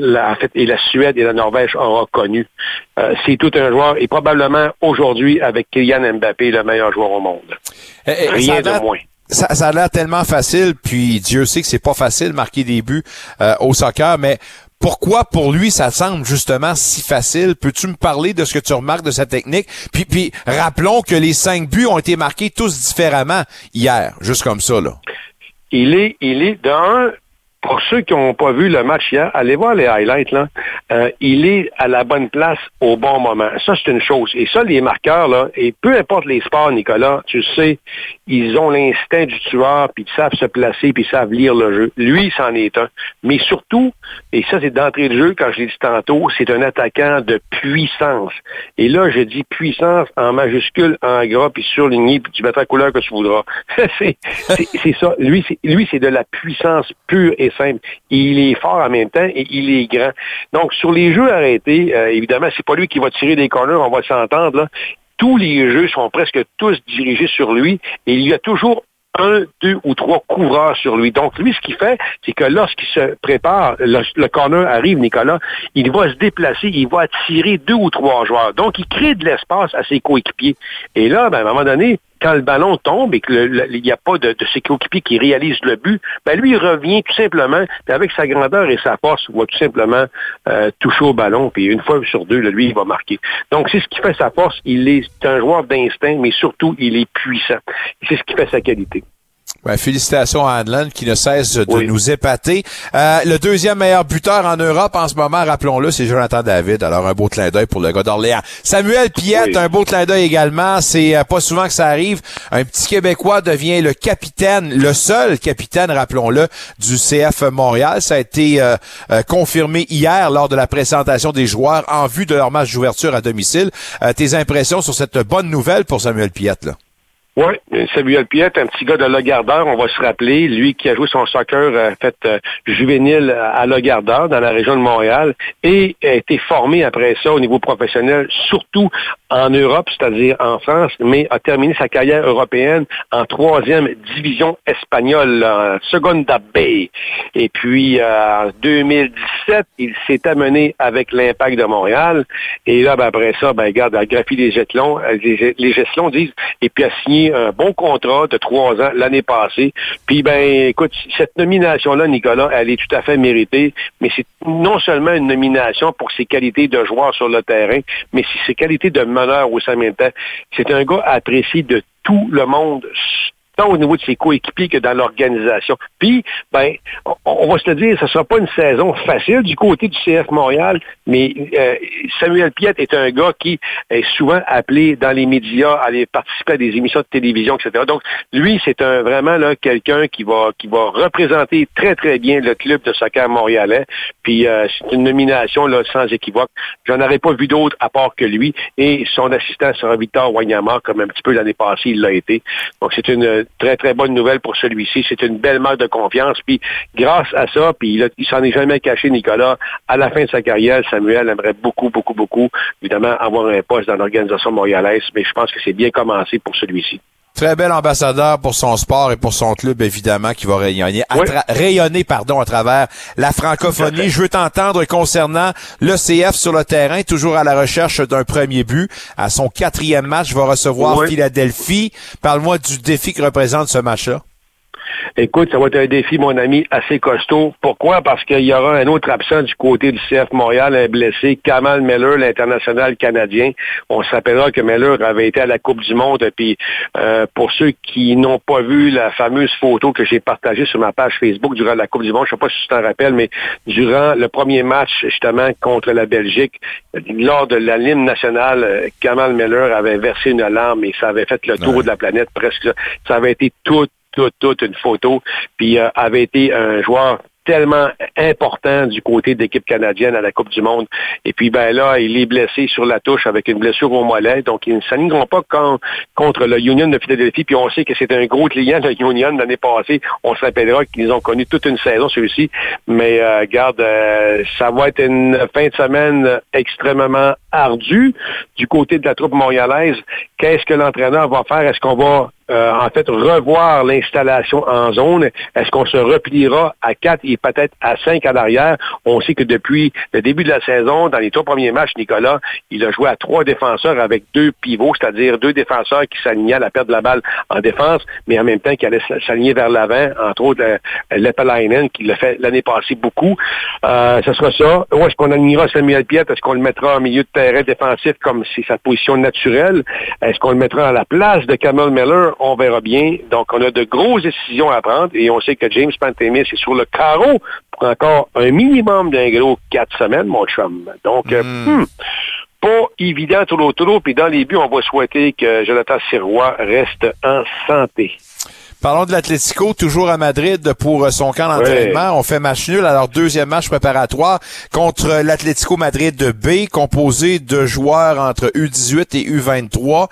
et la Suède et la Norvège aura connu. C'est tout un joueur et probablement aujourd'hui avec Kylian Mbappé le meilleur joueur au monde. Rien de moins. Ça a l'air tellement facile, puis Dieu sait que c'est pas facile de marquer des buts au soccer, mais pourquoi pour lui ça semble justement si facile? Peux-tu me parler de ce que tu remarques de sa technique? Puis rappelons que les 5 buts ont été marqués tous différemment hier, juste comme ça, là. Il est d'un. Pour ceux qui n'ont pas vu le match hier, allez voir les highlights, là. Il est à la bonne place au bon moment. Ça, c'est une chose. Et ça, les marqueurs, là, et peu importe les sports, Nicolas, tu sais, ils ont l'instinct du tueur, puis ils savent se placer, puis ils savent lire le jeu. Lui, c'en est un. Mais surtout, et ça, c'est d'entrée de jeu, quand je l'ai dit tantôt, c'est un attaquant de puissance. Et là, je dis puissance en majuscule, en gras, puis surligné, puis tu mettras la couleur que tu voudras. c'est ça. Lui, c'est de la puissance pure et simple. Il est fort en même temps et il est grand. Donc, sur les jeux arrêtés, évidemment, c'est pas lui qui va tirer des corners, on va s'entendre, là. Tous les jeux sont presque tous dirigés sur lui et il y a toujours 1, 2 ou 3 couvreurs sur lui. Donc, lui, ce qu'il fait, c'est que lorsqu'il se prépare, le corner arrive, Nicolas, il va se déplacer, il va attirer 2 ou 3 joueurs. Donc, il crée de l'espace à ses coéquipiers. Et là, ben, à un moment donné, quand le ballon tombe et qu'il n'y a pas de ses coéquipiers qui réalisent le but, ben lui, il revient tout simplement, puis avec sa grandeur et sa force, il va tout simplement toucher au ballon, puis une fois sur 2, lui, il va marquer. Donc, c'est ce qui fait sa force. Il est un joueur d'instinct, mais surtout, il est puissant. Et c'est ce qui fait sa qualité. Ben, félicitations à Haaland qui ne cesse de nous épater. Le deuxième meilleur buteur en Europe en ce moment, rappelons-le, c'est Jonathan David. Alors, un beau clin d'œil pour le gars d'Orléans. Samuel Piette, un beau clin d'œil également. C'est pas souvent que ça arrive. Un petit Québécois devient le capitaine, le seul capitaine, rappelons-le, du CF Montréal. Ça a été confirmé hier lors de la présentation des joueurs en vue de leur match d'ouverture à domicile. Tes impressions sur cette bonne nouvelle pour Samuel Piette, là? Oui, Samuel Piette, un petit gars de Lagardère, on va se rappeler, lui qui a joué son soccer juvénile à Lagardère, dans la région de Montréal, et a été formé après ça au niveau professionnel, surtout en Europe, c'est-à-dire en France, mais a terminé sa carrière européenne en 3e division espagnole, en Segunda B. Et puis, en 2017, il s'est amené avec l'Impact de Montréal, et là, ben, après ça, ben, regarde, a graffi les échelons, les échelons disent, et puis a signé un bon contrat de 3 ans l'année passée. Puis, ben, écoute, cette nomination-là, Nicolas, elle est tout à fait méritée, mais c'est non seulement une nomination pour ses qualités de joueur sur le terrain, mais ses qualités de meneur aussi en même temps. C'est un gars apprécié de tout le monde tant au niveau de ses coéquipiers que dans l'organisation. Puis, on va se le dire, ce sera pas une saison facile du côté du CF Montréal, mais Samuel Piette est un gars qui est souvent appelé dans les médias à aller participer à des émissions de télévision, etc. Donc, lui, c'est vraiment là, quelqu'un qui va représenter très, très bien le club de soccer montréalais. Puis, c'est une nomination là, sans équivoque. J'en aurais pas vu d'autres à part que lui. Et son assistant sera Victor Wanyama, comme un petit peu l'année passée, il l'a été. Donc, c'est une très, très bonne nouvelle pour celui-ci. C'est une belle marque de confiance. Puis, grâce à ça, puis il s'en est jamais caché, Nicolas, à la fin de sa carrière, Samuel aimerait beaucoup, beaucoup, beaucoup, évidemment, avoir un poste dans l'organisation montréalaise. Mais je pense que c'est bien commencé pour celui-ci. Très bel ambassadeur pour son sport et pour son club, évidemment, qui va rayonner à travers la francophonie. Je veux t'entendre concernant le CF sur le terrain, toujours à la recherche d'un premier but. À son 4e match, va recevoir Philadelphie. Parle-moi du défi que représente ce match-là. Écoute, ça va être un défi, mon ami, assez costaud. Pourquoi? Parce qu'il y aura un autre absent du côté du CF Montréal, un blessé, Kamal Miller, l'international canadien. On se rappellera que Miller avait été à la Coupe du Monde. Puis, pour ceux qui n'ont pas vu la fameuse photo que j'ai partagée sur ma page Facebook durant la Coupe du Monde, je sais pas si tu t'en rappelles, mais durant le premier match, justement, contre la Belgique, lors de la l'hymne nationale, Kamal Miller avait versé une larme et ça avait fait le tour de la planète presque. Ça avait été toute une photo, puis avait été un joueur tellement important du côté de l'équipe canadienne à la Coupe du Monde. Et puis, là, il est blessé sur la touche avec une blessure au mollet. Donc, ils ne s'aligneront pas contre le Union de Philadelphie. Puis, on sait que c'est un gros client de Union l'année passée. On se rappellera qu'ils ont connu toute une saison, celui-ci. Mais, ça va être une fin de semaine extrêmement ardue du côté de la troupe montréalaise. Qu'est-ce que l'entraîneur va faire? Est-ce qu'on va revoir l'installation en zone? Est-ce qu'on se repliera à 4 et peut-être à 5 à l'arrière? On sait que depuis le début de la saison, dans les 3 premiers matchs, Nicolas, il a joué à 3 défenseurs avec 2 pivots, c'est-à-dire 2 défenseurs qui s'alignaient à la perte de la balle en défense, mais en même temps qui allaient s'aligner vers l'avant, entre autres Lepalainen, qui l'a fait l'année passée beaucoup. Ce sera ça. Où est-ce qu'on alignera Samuel Piette? Est-ce qu'on le mettra en milieu de terrain défensif comme c'est sa position naturelle? Est-ce qu'on le mettra à la place de Kamal Miller? On verra bien. Donc, on a de grosses décisions à prendre et on sait que James Pantemis est sur le carreau pour encore un minimum d'un gros 4 semaines, mon chum. Donc, pas évident trop. Puis dans les buts, on va souhaiter que Jonathan Sirois reste en santé. Parlons de l'Atlético, toujours à Madrid pour son camp d'entraînement. On fait match nul à leur 2e match préparatoire contre l'Atlético Madrid de B, composé de joueurs entre U18 et U23.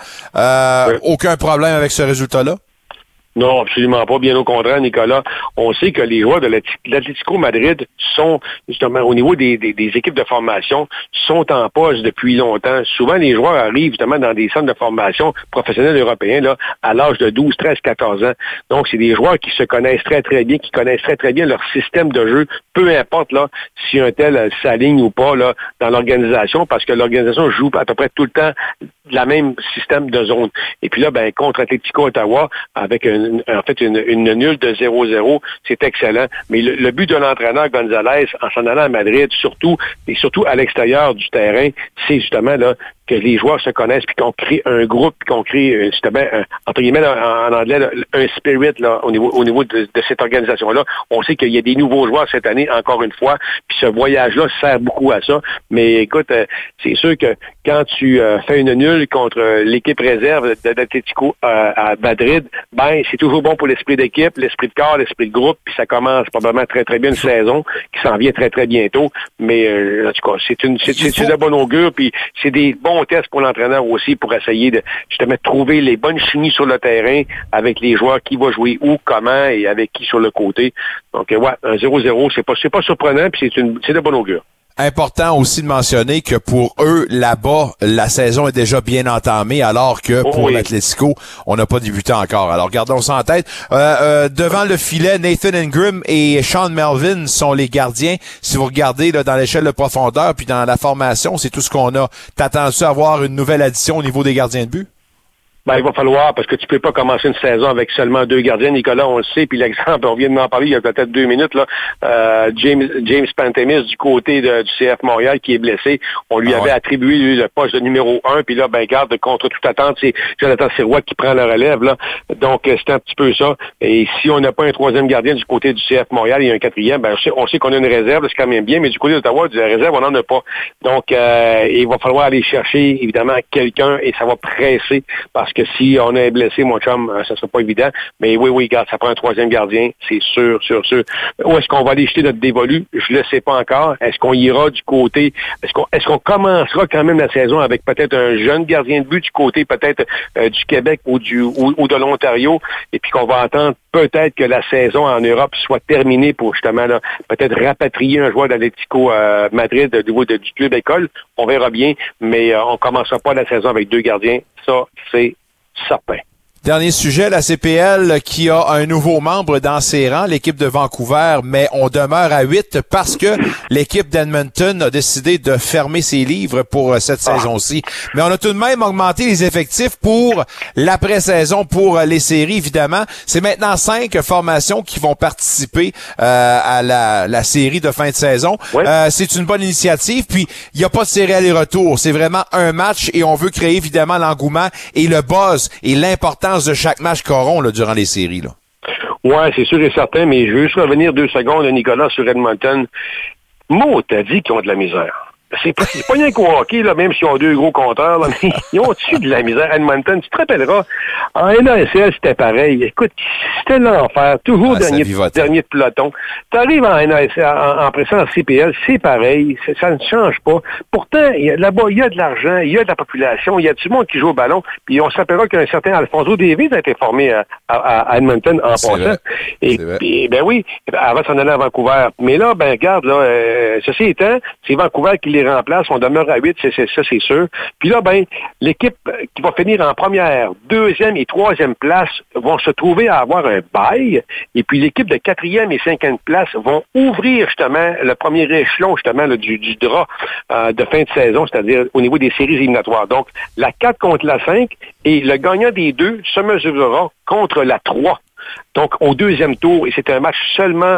Aucun problème avec ce résultat-là? Non, absolument pas. Bien au contraire, Nicolas. On sait que les joueurs de l'Atlético Madrid sont, justement, au niveau des équipes de formation, sont en poste depuis longtemps. Souvent, les joueurs arrivent, justement, dans des centres de formation professionnels européens, là, à l'âge de 12, 13, 14 ans. Donc, c'est des joueurs qui se connaissent très, très bien, qui connaissent très, très bien leur système de jeu, peu importe, là, si un tel s'aligne ou pas, là, dans l'organisation, parce que l'organisation joue à peu près tout le temps la même système de zone. Et puis là, contre Atlético Ottawa, avec une nulle de 0-0, c'est excellent. Mais le but de l'entraîneur Gonzalez, en s'en allant à Madrid, surtout à l'extérieur du terrain, c'est justement là que les joueurs se connaissent, puis qu'on crée un groupe, puis qu'on crée, justement, entre guillemets, en anglais, là, un spirit là, au niveau de cette organisation-là. On sait qu'il y a des nouveaux joueurs cette année, encore une fois, puis ce voyage-là sert beaucoup à ça. Mais écoute, c'est sûr que quand tu fais une nulle contre l'équipe réserve d'Atlético à Madrid, c'est toujours bon pour l'esprit d'équipe, l'esprit de corps, l'esprit de groupe, puis ça commence probablement très, très bien une saison qui s'en vient très, très bientôt. Mais en tout cas, c'est de bon augure, puis c'est des bons tests pour l'entraîneur aussi pour essayer de justement trouver les bonnes chimies sur le terrain avec les joueurs, qui va jouer où, comment et avec qui sur le côté. Donc, un 0-0, c'est pas surprenant, puis c'est de bon augure. Important aussi de mentionner que pour eux, là-bas, la saison est déjà bien entamée, alors que pour l'Atlético, on n'a pas débuté encore. Alors, gardons ça en tête. Devant le filet, Nathan Ingram et Sean Melvin sont les gardiens. Si vous regardez là, dans l'échelle de profondeur, puis dans la formation, c'est tout ce qu'on a. T'attends-tu à avoir une nouvelle addition au niveau des gardiens de but? Ben, il va falloir, parce que tu peux pas commencer une saison avec seulement 2 gardiens. Nicolas, on le sait, puis l'exemple, on vient de m'en parler il y a peut-être 2 minutes, là. James Pantemis du côté du CF Montréal qui est blessé. On lui avait attribué, lui, le poste de numéro 1, puis là, ben, garde, contre toute attente, c'est Jonathan Sirois qui prend la relève, là. Donc, c'est un petit peu ça. Et si on n'a pas un 3e gardien du côté du CF Montréal et un 4e, ben, on sait qu'on a une réserve, c'est quand même bien, mais du côté d'Ottawa, de la réserve, on n'en a pas. Donc, il va falloir aller chercher, évidemment, quelqu'un, et ça va presser, parce que si on est blessé, mon chum, ça sera pas évident. Mais oui, regarde, ça prend un 3e gardien, c'est sûr. Où est-ce qu'on va aller jeter notre dévolu? Je le sais pas encore. Est-ce qu'on ira du côté, est-ce qu'on commencera quand même la saison avec peut-être un jeune gardien de but du côté peut-être du Québec ou de l'Ontario, et puis qu'on va attendre peut-être que la saison en Europe soit terminée pour justement là, peut-être rapatrier un joueur d'Atlético Madrid du club école. On verra bien, mais on commencera pas la saison avec 2 gardiens. Ça, c'est certain. Dernier sujet, la CPL qui a un nouveau membre dans ses rangs, l'équipe de Vancouver, mais on demeure à 8 parce que l'équipe d'Edmonton a décidé de fermer ses livres pour cette saison-ci. Mais on a tout de même augmenté les effectifs pour l'après-saison, pour les séries, évidemment. C'est maintenant 5 formations qui vont participer à la série de fin de saison. Ouais. C'est une bonne initiative, puis il n'y a pas de série aller-retour. C'est vraiment un match et on veut créer évidemment l'engouement et le buzz et l'importance de chaque match qu'auront là, durant les séries. Là. Ouais, c'est sûr et certain, mais je veux juste revenir 2 secondes, Nicolas, sur Edmonton. Mo, t'as dit qu'ils ont de la misère. C'est pas rien qu'au hockey, là, même s'ils ont 2 gros compteurs, là, mais ils ont-tu de la misère à Edmonton? Tu te rappelleras, en NASL, c'était pareil. Écoute, c'était l'enfer. Toujours dernier de peloton. T'arrives en NASL, en pressant en CPL, c'est pareil. Ça ne change pas. Pourtant, là-bas, il y a de l'argent, il y a de la population, il y a tout le monde qui joue au ballon. Puis on se rappellera qu'un certain Alfonso Davies a été formé à Edmonton en passant. Et ben oui, avant de s'en aller à Vancouver. Mais là, ben regarde, là, ceci étant, c'est Vancouver qui les remplace, on demeure à 8, c'est sûr. Puis là, ben, l'équipe qui va finir en première, 2e et 3e place vont se trouver à avoir un bail, et puis l'équipe de 4e et 5e place vont ouvrir justement le premier échelon justement là, du drap de fin de saison, c'est-à-dire au niveau des séries éliminatoires. Donc, la 4 contre la 5, et le gagnant des 2 se mesurera contre la 3. Donc, au 2e tour, et c'est un match seulement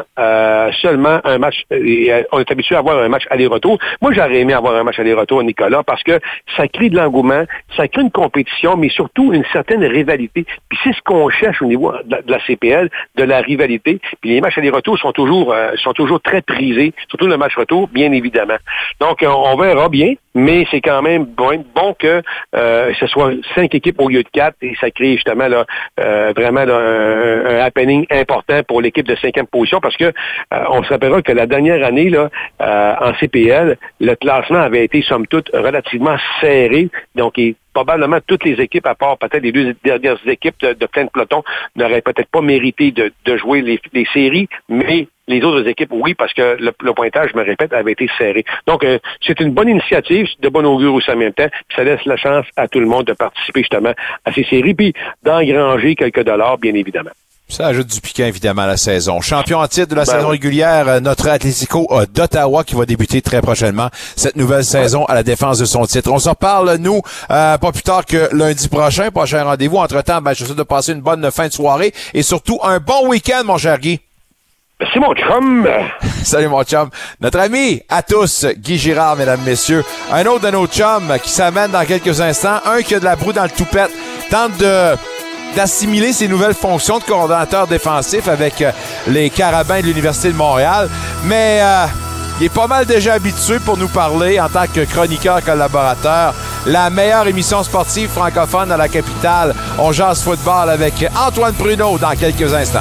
un match, on est habitué à avoir un match aller-retour. Moi, j'aurais aimé avoir un match aller-retour, Nicolas, parce que ça crée de l'engouement, ça crée une compétition, mais surtout une certaine rivalité. Puis c'est ce qu'on cherche au niveau de la CPL, de la rivalité. Puis les matchs aller-retour sont toujours très prisés, surtout le match retour, bien évidemment. Donc, on verra bien, mais c'est quand même bon que ce soit 5 équipes au lieu de 4, et ça crée justement là, vraiment là, un happening important pour l'équipe de 5e position, parce que on se rappellera que la dernière année là, en CPL, le classement avait été somme toute relativement serré, donc probablement toutes les équipes, à part peut-être les 2 dernières équipes de plein de peloton, n'auraient peut-être pas mérité de jouer les séries, mais les autres équipes, oui, parce que le pointage, je me répète, avait été serré. Donc, c'est une bonne initiative, de bon augure aussi en même temps, puis ça laisse la chance à tout le monde de participer justement à ces séries, puis d'engranger quelques dollars, bien évidemment. Ça ajoute du piquant, évidemment, à la saison. Champion en titre de la saison régulière, notre Atlético d'Ottawa qui va débuter très prochainement cette nouvelle saison à la défense de son titre. On s'en reparle, nous, pas plus tard que lundi prochain. Prochain rendez-vous. Entre-temps, je vous souhaite de passer une bonne fin de soirée et surtout un bon week-end, mon cher Guy. Merci, mon chum. Salut, mon chum. Notre ami à tous, Guy Girard, mesdames, messieurs. Un autre de nos chums qui s'amène dans quelques instants. Un qui a de la broue dans le toupette. Tente d'assimiler ses nouvelles fonctions de coordonnateur défensif avec les Carabins de l'Université de Montréal. Mais il est pas mal déjà habitué pour nous parler en tant que chroniqueur collaborateur. La meilleure émission sportive francophone dans la capitale. On jase football avec Antoine Pruneau dans quelques instants.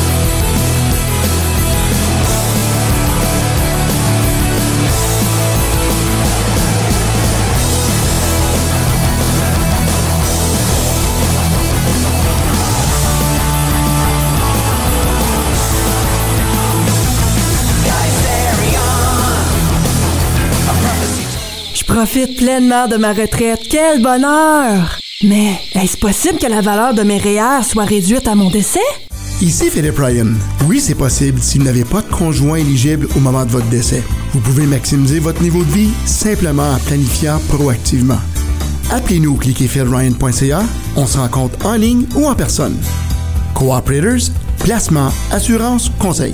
Je profite pleinement de ma retraite. Quel bonheur! Mais est-ce possible que la valeur de mes REER soit réduite à mon décès? Ici Philippe Ryan. Oui, c'est possible si vous n'avez pas de conjoint éligible au moment de votre décès. Vous pouvez maximiser votre niveau de vie simplement en planifiant proactivement. Appelez-nous au cliquezfieldryan.ca. On se rencontre en ligne ou en personne. Cooperators, placement, assurance, conseil.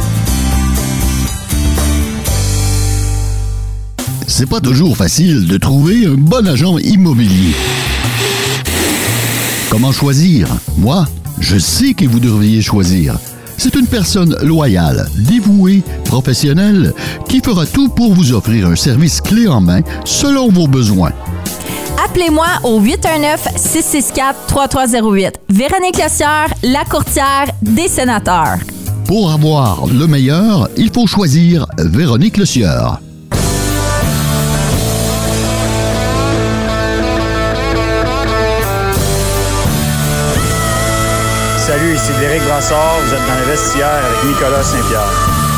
C'est pas toujours facile de trouver un bon agent immobilier. Comment choisir? Moi, je sais que vous devriez choisir. C'est une personne loyale, dévouée, professionnelle, qui fera tout pour vous offrir un service clé en main selon vos besoins. Appelez-moi au 819-664-3308. Véronique Lecieur, la courtière des sénateurs. Pour avoir le meilleur, il faut choisir Véronique Lecieur. Salut, ici Derek Brassard. Vous êtes dans le vestiaire avec Nicolas Saint-Pierre.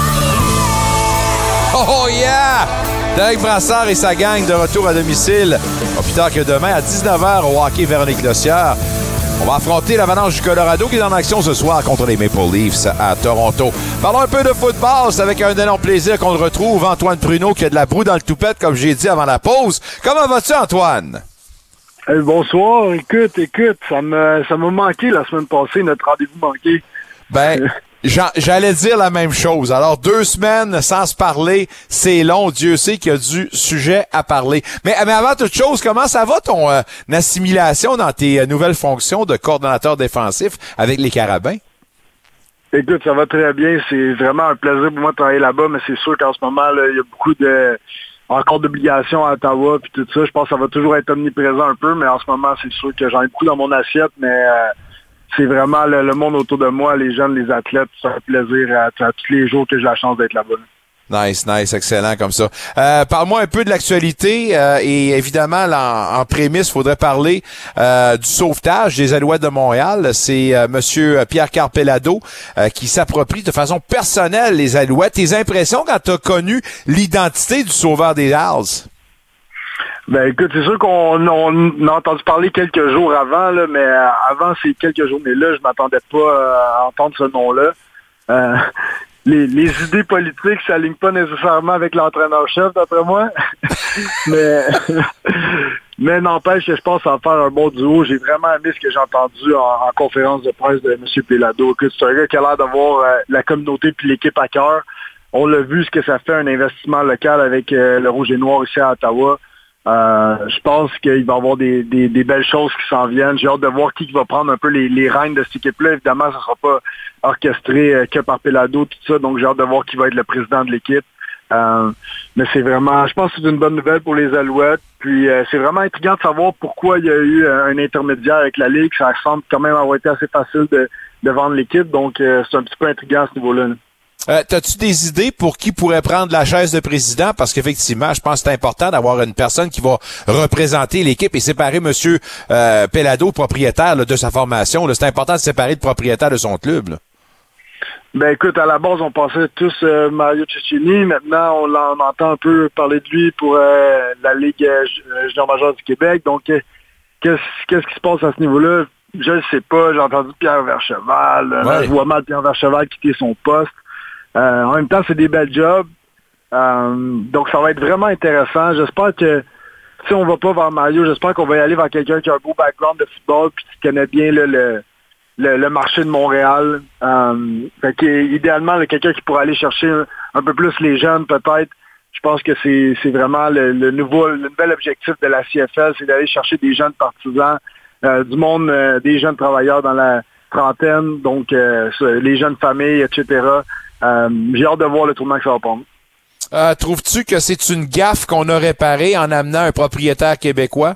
Oh yeah! Derek Brassard et sa gang de retour à domicile. Pas plus tard que demain à 19h au hockey Véronique Lecieur. On va affronter l'Avalanche du Colorado qui est en action ce soir contre les Maple Leafs à Toronto. Parlons un peu de football. C'est avec un énorme plaisir qu'on le retrouve. Antoine Pruneau qui a de la broue dans le toupette, comme j'ai dit avant la pause. Comment vas-tu, Antoine? Bonsoir. Écoute, ça m'a manqué la semaine passée, notre rendez-vous manqué. Ben, j'allais dire la même chose. Alors, 2 semaines sans se parler, c'est long. Dieu sait qu'il y a du sujet à parler. Mais avant toute chose, comment ça va ton assimilation dans tes nouvelles fonctions de coordonnateur défensif avec les Carabins? Écoute, ça va très bien. C'est vraiment un plaisir pour moi de travailler là-bas, mais c'est sûr qu'en ce moment, là, il y a beaucoup encore d'obligations à Ottawa puis tout ça. Je pense que ça va toujours être omniprésent un peu, mais en ce moment, c'est sûr que j'en ai beaucoup dans mon assiette, mais c'est vraiment le monde autour de moi, les jeunes, les athlètes. Ça fait plaisir à tous les jours que j'ai la chance d'être là-bas. Nice, excellent comme ça. Parle-moi un peu de l'actualité et évidemment, en prémisse, faudrait parler du sauvetage des Alouettes de Montréal. C'est Monsieur Pierre-Carl Pellado qui s'approprie de façon personnelle les Alouettes. Tes impressions quand tu as connu l'identité du sauveur des Als? Ben écoute, c'est sûr qu'on a entendu parler quelques jours avant, là, mais avant ces quelques journées-là, je m'attendais pas à entendre ce nom-là. Les idées politiques s'alignent pas nécessairement avec l'entraîneur-chef, d'après moi. mais n'empêche que je pense en faire un bon duo. J'ai vraiment aimé ce que j'ai entendu en conférence de presse de M. Pellado. C'est un gars qui a l'air d'avoir la communauté puis l'équipe à cœur. On l'a vu ce que ça fait un investissement local avec le Rouge et Noir ici à Ottawa. Je pense qu'il va y avoir des belles choses qui s'en viennent. J'ai hâte de voir qui va prendre un peu les rênes de cette équipe-là. Évidemment, ça ne sera pas orchestré que par Pellado, tout ça. Donc, j'ai hâte de voir qui va être le président de l'équipe. Mais c'est vraiment, je pense que c'est une bonne nouvelle pour les Alouettes. Puis, c'est vraiment intriguant de savoir pourquoi il y a eu un intermédiaire avec la Ligue. Ça semble quand même avoir été assez facile de vendre l'équipe. Donc, c'est un petit peu intriguant à ce niveau-là. T'as-tu des idées pour qui pourrait prendre la chaise de président? Parce qu'effectivement, je pense que c'est important d'avoir une personne qui va représenter l'équipe et séparer Monsieur Pellado, propriétaire là, de sa formation. Là. C'est important de séparer le propriétaire de son club. Là. Ben écoute, à la base, on pensait tous Mario Cecchini. Maintenant, on entend un peu parler de lui pour la Ligue junior majeure du Québec. Donc, qu'est-ce qui se passe à ce niveau-là? Je ne sais pas. J'ai entendu Pierre Vercheval. Je vois mal Pierre Vercheval quitter son poste. En même temps, c'est des belles jobs. Donc, ça va être vraiment intéressant. J'espère que si on va pas vers Mario, j'espère qu'on va y aller vers quelqu'un qui a un beau background de football puis qui connaît bien le marché de Montréal. Fait que, idéalement, quelqu'un qui pourra aller chercher un peu plus les jeunes, peut-être. Je pense que c'est vraiment le nouvel objectif de la CFL, c'est d'aller chercher des jeunes partisans, du monde, des jeunes travailleurs dans la trentaine, donc les jeunes familles, etc. J'ai hâte de voir le tournant que ça va prendre. Trouves-tu que c'est une gaffe qu'on a réparée en amenant un propriétaire québécois?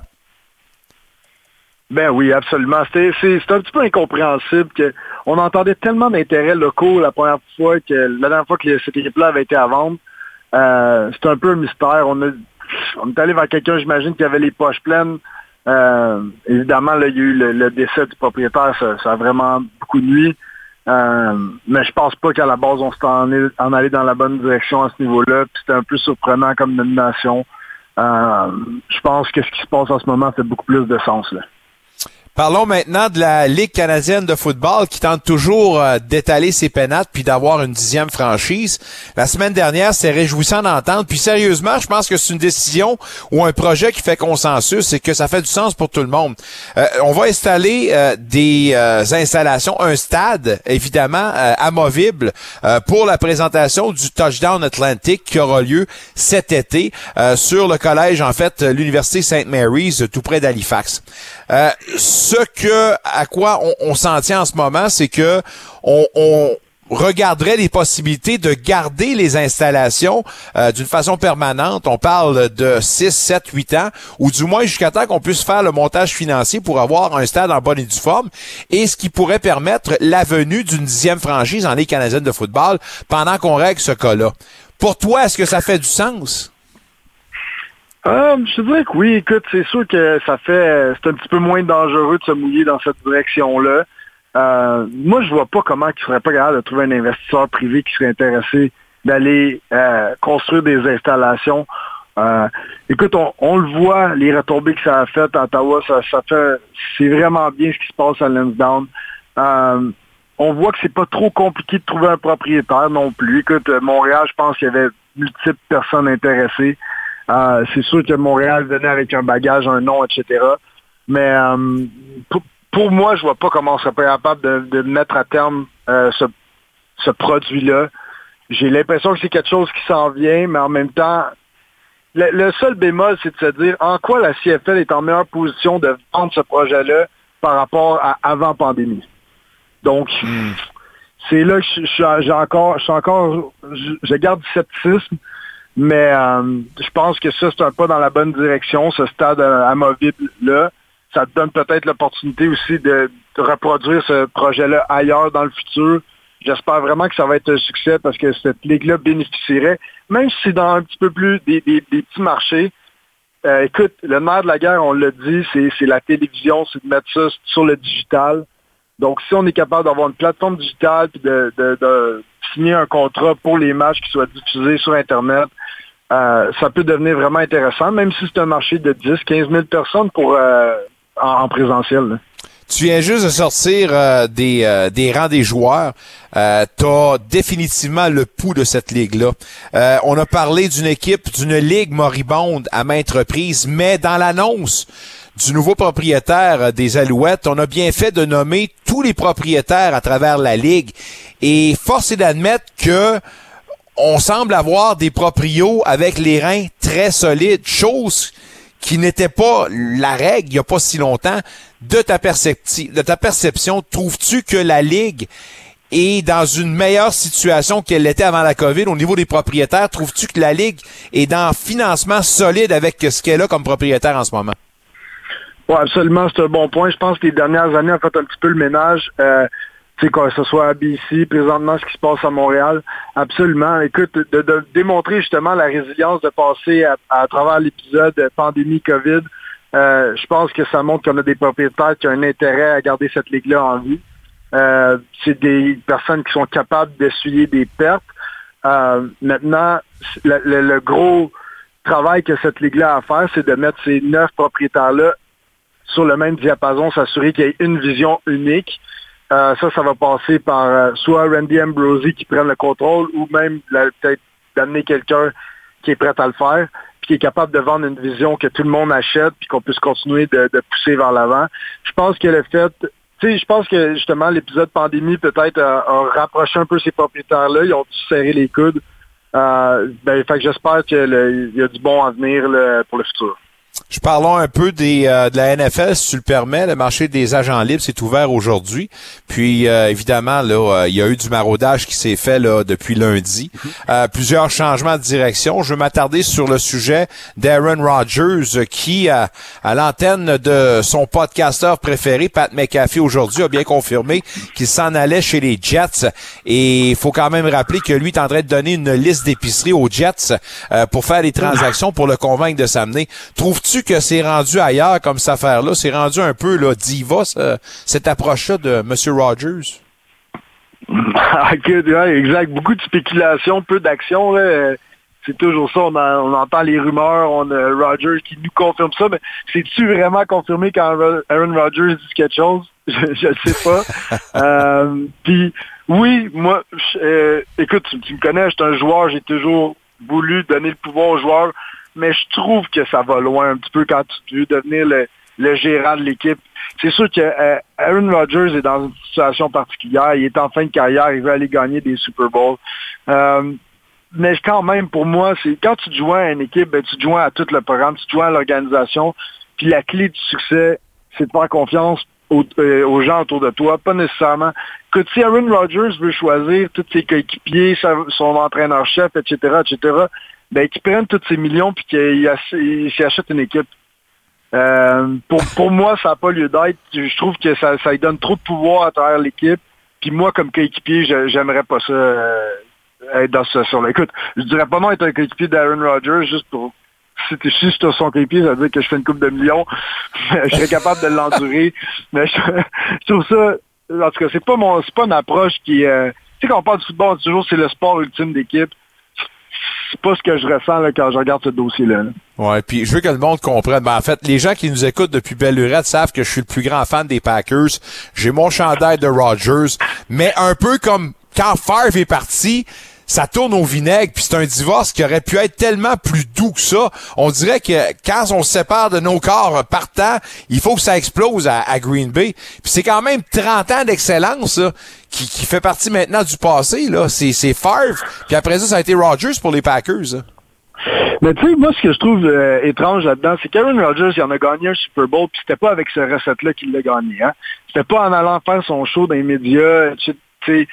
Ben oui, absolument. C'est un petit peu incompréhensible qu'on entendait tellement d'intérêts locaux la dernière fois que cette équipe-là avait été à vendre. C'est un peu un mystère. On est allé vers quelqu'un, j'imagine, qui avait les poches pleines. Évidemment, là, il y a eu le décès du propriétaire, ça a vraiment beaucoup nuit. Mais je pense pas qu'à la base, on s'est en allé dans la bonne direction à ce niveau-là. Puis c'était un peu surprenant comme nomination. Je pense que ce qui se passe en ce moment fait beaucoup plus de sens, là. Parlons maintenant de la Ligue canadienne de football qui tente toujours d'étaler ses pénates puis d'avoir une 10e franchise. La semaine dernière, c'est réjouissant d'entendre. Puis sérieusement, je pense que c'est une décision ou un projet qui fait consensus et que ça fait du sens pour tout le monde. On va installer des installations, un stade, évidemment, amovible pour la présentation du Touchdown Atlantic qui aura lieu cet été sur le collège, en fait, l'Université St. Mary's, tout près d'Halifax. À quoi on s'en tient en ce moment, c'est que on regarderait les possibilités de garder les installations d'une façon permanente. On parle de 6, 7, 8 ans, ou du moins jusqu'à temps qu'on puisse faire le montage financier pour avoir un stade en bonne et due forme, et ce qui pourrait permettre la venue d'une 10e franchise en Ligue canadienne de football pendant qu'on règle ce cas-là. Pour toi, est-ce que ça fait du sens? Je dirais que oui. Écoute, c'est sûr que c'est un petit peu moins dangereux de se mouiller dans cette direction-là. Moi, je vois pas comment il serait pas capable de trouver un investisseur privé qui serait intéressé d'aller construire des installations. Écoute, on le voit, les retombées que ça a fait à Ottawa, c'est vraiment bien ce qui se passe à Lansdowne. On voit que c'est pas trop compliqué de trouver un propriétaire non plus. Écoute, Montréal, je pense qu'il y avait multiples personnes intéressées. C'est sûr que Montréal venait avec un bagage, un nom, etc. Mais pour moi, je vois pas comment on serait pas capable de mettre à terme ce produit-là. J'ai l'impression que c'est quelque chose qui s'en vient, mais en même temps, le seul bémol, c'est de se dire en quoi la CFL est en meilleure position de vendre ce projet-là par rapport à avant pandémie. Donc, c'est là que je garde du scepticisme. Mais je pense que ça, c'est un pas dans la bonne direction, ce stade amovible-là. Ça te donne peut-être l'opportunité aussi de reproduire ce projet-là ailleurs dans le futur. J'espère vraiment que ça va être un succès parce que cette ligue-là bénéficierait, même si c'est dans un petit peu plus des petits marchés. Écoute, le nerf de la guerre, on l'a dit, c'est la télévision, c'est de mettre ça sur le digital. Donc, si on est capable d'avoir une plateforme digitale et de signer un contrat pour les matchs qui soient diffusés sur Internet, ça peut devenir vraiment intéressant, même si c'est un marché de 10, 15 000 personnes en présentiel. Là. Tu viens juste de sortir des rangs des joueurs. T'as définitivement le pouls de cette ligue-là. On a parlé d'une ligue moribonde à maintes reprises, mais dans l'annonce du nouveau propriétaire des Alouettes, on a bien fait de nommer tous les propriétaires à travers la ligue. Et force est d'admettre que on semble avoir des proprios avec les reins très solides, chose qui n'était pas la règle il n'y a pas si longtemps. De ta perception, trouves-tu que la Ligue est dans une meilleure situation qu'elle l'était avant la COVID au niveau des propriétaires? Trouves-tu que la Ligue est dans un financement solide avec ce qu'elle a comme propriétaire en ce moment? Oui, absolument, c'est un bon point. Je pense que les dernières années ont fait un petit peu le ménage. Tu sais, que ce soit à BC, présentement, ce qui se passe à Montréal. Absolument. Écoute, de démontrer justement la résilience de passer à travers l'épisode pandémie COVID, je pense que ça montre qu'on a des propriétaires qui ont un intérêt à garder cette ligue-là en vie. C'est des personnes qui sont capables d'essuyer des pertes. Maintenant, le gros travail que cette ligue-là a à faire, c'est de mettre ces 9 propriétaires-là sur le même diapason, s'assurer qu'il y ait une vision unique. Ça va passer par soit Randy Ambrosie qui prenne le contrôle ou même peut-être d'amener quelqu'un qui est prêt à le faire puis qui est capable de vendre une vision que tout le monde achète puis qu'on puisse continuer de pousser vers l'avant. Je pense que je pense que justement l'épisode pandémie peut-être a rapproché un peu ces propriétaires-là. Ils ont dû serrer les coudes. Fait que j'espère qu'il y a du bon à venir pour le futur. Parlons un peu de la NFL, si tu le permets. Le marché des agents libres s'est ouvert aujourd'hui. Puis, évidemment, là, il y a eu du maraudage qui s'est fait là depuis lundi. Plusieurs changements de direction. Je veux m'attarder sur le sujet d'Aaron Rodgers qui, à l'antenne de son podcasteur préféré, Pat McAfee, aujourd'hui, a bien confirmé qu'il s'en allait chez les Jets. Et il faut quand même rappeler que lui est en train de donner une liste d'épicerie aux Jets pour faire des transactions pour le convaincre de s'amener. Trouves-tu que c'est rendu ailleurs comme cette affaire-là? C'est rendu un peu là, diva, cette approche-là de M. Rodgers? Exact. Beaucoup de spéculation, peu d'action. c'est toujours ça. On entend les rumeurs, on a Rodgers qui nous confirme ça, mais c'est-tu vraiment confirmé quand Aaron Rodgers dit quelque chose? Je ne sais pas. Puis oui, moi, écoute, tu me connais, je suis un joueur, j'ai toujours voulu donner le pouvoir aux joueurs, mais je trouve que ça va loin un petit peu quand tu veux devenir le gérant de l'équipe. C'est sûr que Aaron Rodgers est dans une situation particulière, il est en fin de carrière, il veut aller gagner des Super Bowls. Mais quand même, pour moi, c'est quand tu te joins à une équipe, ben, tu te joins à tout le programme, tu te joins à l'organisation, puis la clé du succès, c'est de faire confiance aux gens autour de toi, pas nécessairement. Écoute, si Aaron Rodgers veut choisir tous ses coéquipiers, son entraîneur-chef, etc., ben, qu'il prenne tous ses millions puis qu'il s'achète une équipe. Pour moi, ça n'a pas lieu d'être. Je trouve que ça lui donne trop de pouvoir à travers l'équipe. Puis moi, comme coéquipier, j'aimerais pas ça être dans ce situation-là. Écoute, je dirais pas non être un coéquipier d'Aaron Rodgers juste pour... Si je suis son coéquipier, ça veut dire que je fais une coupe de millions. Je serais capable de l'endurer. Mais je trouve ça... En tout cas, c'est pas une approche qui... tu sais, quand on parle du football, on dit toujours c'est le sport ultime d'équipe. C'est pas ce que je ressens là, quand je regarde ce dossier-là. Ouais, puis je veux que le monde comprenne. Ben, en fait, les gens qui nous écoutent depuis belle lurette savent que je suis le plus grand fan des Packers. J'ai mon chandail de Rodgers. Mais un peu comme quand Favre est parti... ça tourne au vinaigre, puis c'est un divorce qui aurait pu être tellement plus doux que ça. On dirait que quand on se sépare de nos corps partant, il faut que ça explose à Green Bay. Puis c'est quand même 30 ans d'excellence là, qui fait partie maintenant du passé. Là. C'est Favre, puis après ça a été Rodgers pour les Packers. Là. Mais tu sais, moi, ce que je trouve étrange là-dedans, c'est qu'Aaron Rodgers, il en a gagné un Super Bowl, puis c'était pas avec cette recette-là qu'il l'a gagné. Hein? C'était pas en allant faire son show dans les médias, tu sais...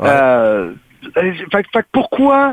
Fait que pourquoi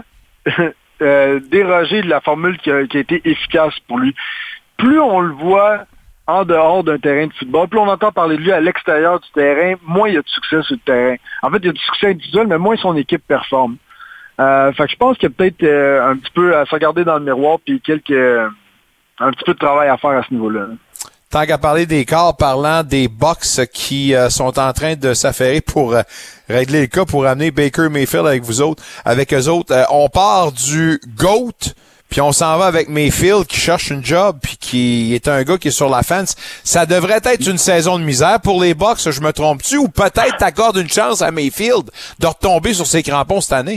déroger de la formule qui a été efficace pour lui? Plus on le voit en dehors d'un terrain de football, plus on entend parler de lui à l'extérieur du terrain, moins il y a de succès sur le terrain. En fait, il y a du succès individuel, mais moins son équipe performe. Fait que je pense qu'il y a peut-être un petit peu à se regarder dans le miroir puis un petit peu de travail à faire à ce niveau-là. Tant qu'à parler des corps, parlant des Bucks qui sont en train de s'affairer pour régler le cas, pour amener Baker Mayfield avec eux autres. On part du GOAT, puis on s'en va avec Mayfield qui cherche une job, puis qui est un gars qui est sur la fence. Ça devrait être une saison de misère pour les Bucks, je me trompe-tu? Ou peut-être t'accordes une chance à Mayfield de retomber sur ses crampons cette année?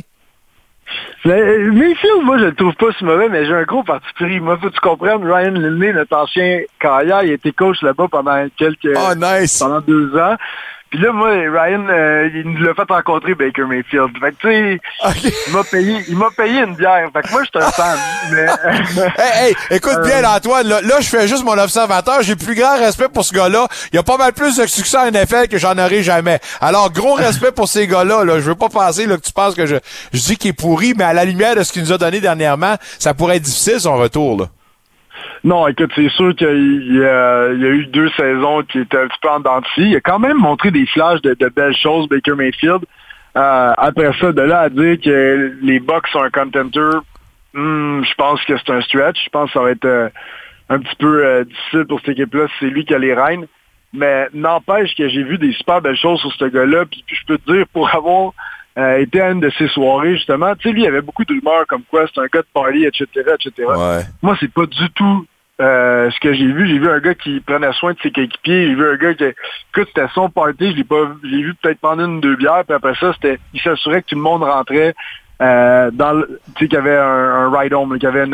Mayfield, moi, je le trouve pas si mauvais, mais j'ai un gros parti pris. Moi, faut que tu comprennes, Ryan Lindley, notre ancien carrière, il a été coach là-bas pendant pendant 2 ans. Puis là, moi, Ryan, il nous l'a fait rencontrer Baker Mayfield. Fait que, tu sais, okay. il m'a payé une bière. Fait que moi, je suis un fan. Hey, écoute bien, Antoine, là, je fais juste mon observateur. J'ai plus grand respect pour ce gars-là. Il a pas mal plus de succès en NFL que j'en aurai jamais. Alors, gros respect pour ces gars-là, là. Je veux pas penser, là, que tu penses que je dis qu'il est pourri, mais à la lumière de ce qu'il nous a donné dernièrement, ça pourrait être difficile, son retour, là. Non, écoute, c'est sûr qu'il y a eu 2 saisons qui étaient un petit peu en dents de scie. Il a quand même montré des flashs de belles choses, Baker Mayfield. Après ça, de là à dire que les Bucks sont un contender, je pense que c'est un stretch. Je pense que ça va être un petit peu difficile pour cette équipe-là si c'est lui qui a les rênes. Mais n'empêche que j'ai vu des super belles choses sur ce gars-là. Puis je peux te dire, pour avoir été à une de ses soirées, justement, tu sais, lui, il y avait beaucoup de rumeurs comme quoi c'est un gars de party, etc., etc. Ouais. Moi, c'est pas du tout ce que j'ai vu. J'ai vu un gars qui prenait soin de ses coéquipiers. J'ai vu un gars qui, écoute, c'était son party. J'ai vu peut-être prendre 1-2 bières. Puis après ça, il s'assurait que tout le monde rentrait tu sais, qu'il y avait un ride-home, qu'il y avait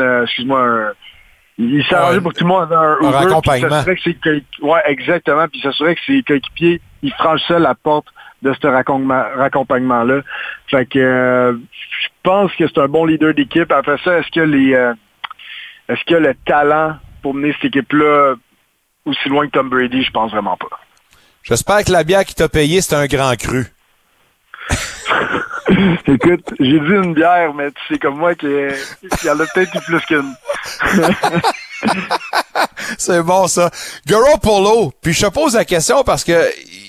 il s'est arrangé pour que tout le monde avait un Uber. Raccompagnement. Ouais, exactement. Puis il s'assurait que ses coéquipiers, ils franchissent la porte de ce raccompagnement-là. Fait que je pense que c'est un bon leader d'équipe. Après ça, est-ce qu'il y a le talent pour mener cette équipe-là aussi loin que Tom Brady? Je pense vraiment pas. J'espère que la bière qu'il t'a payée, c'est un grand cru. Écoute, j'ai dit une bière, mais tu sais comme moi qu'il y en a peut-être plus qu'une. C'est bon, ça. Garoppolo, puis je te pose la question parce que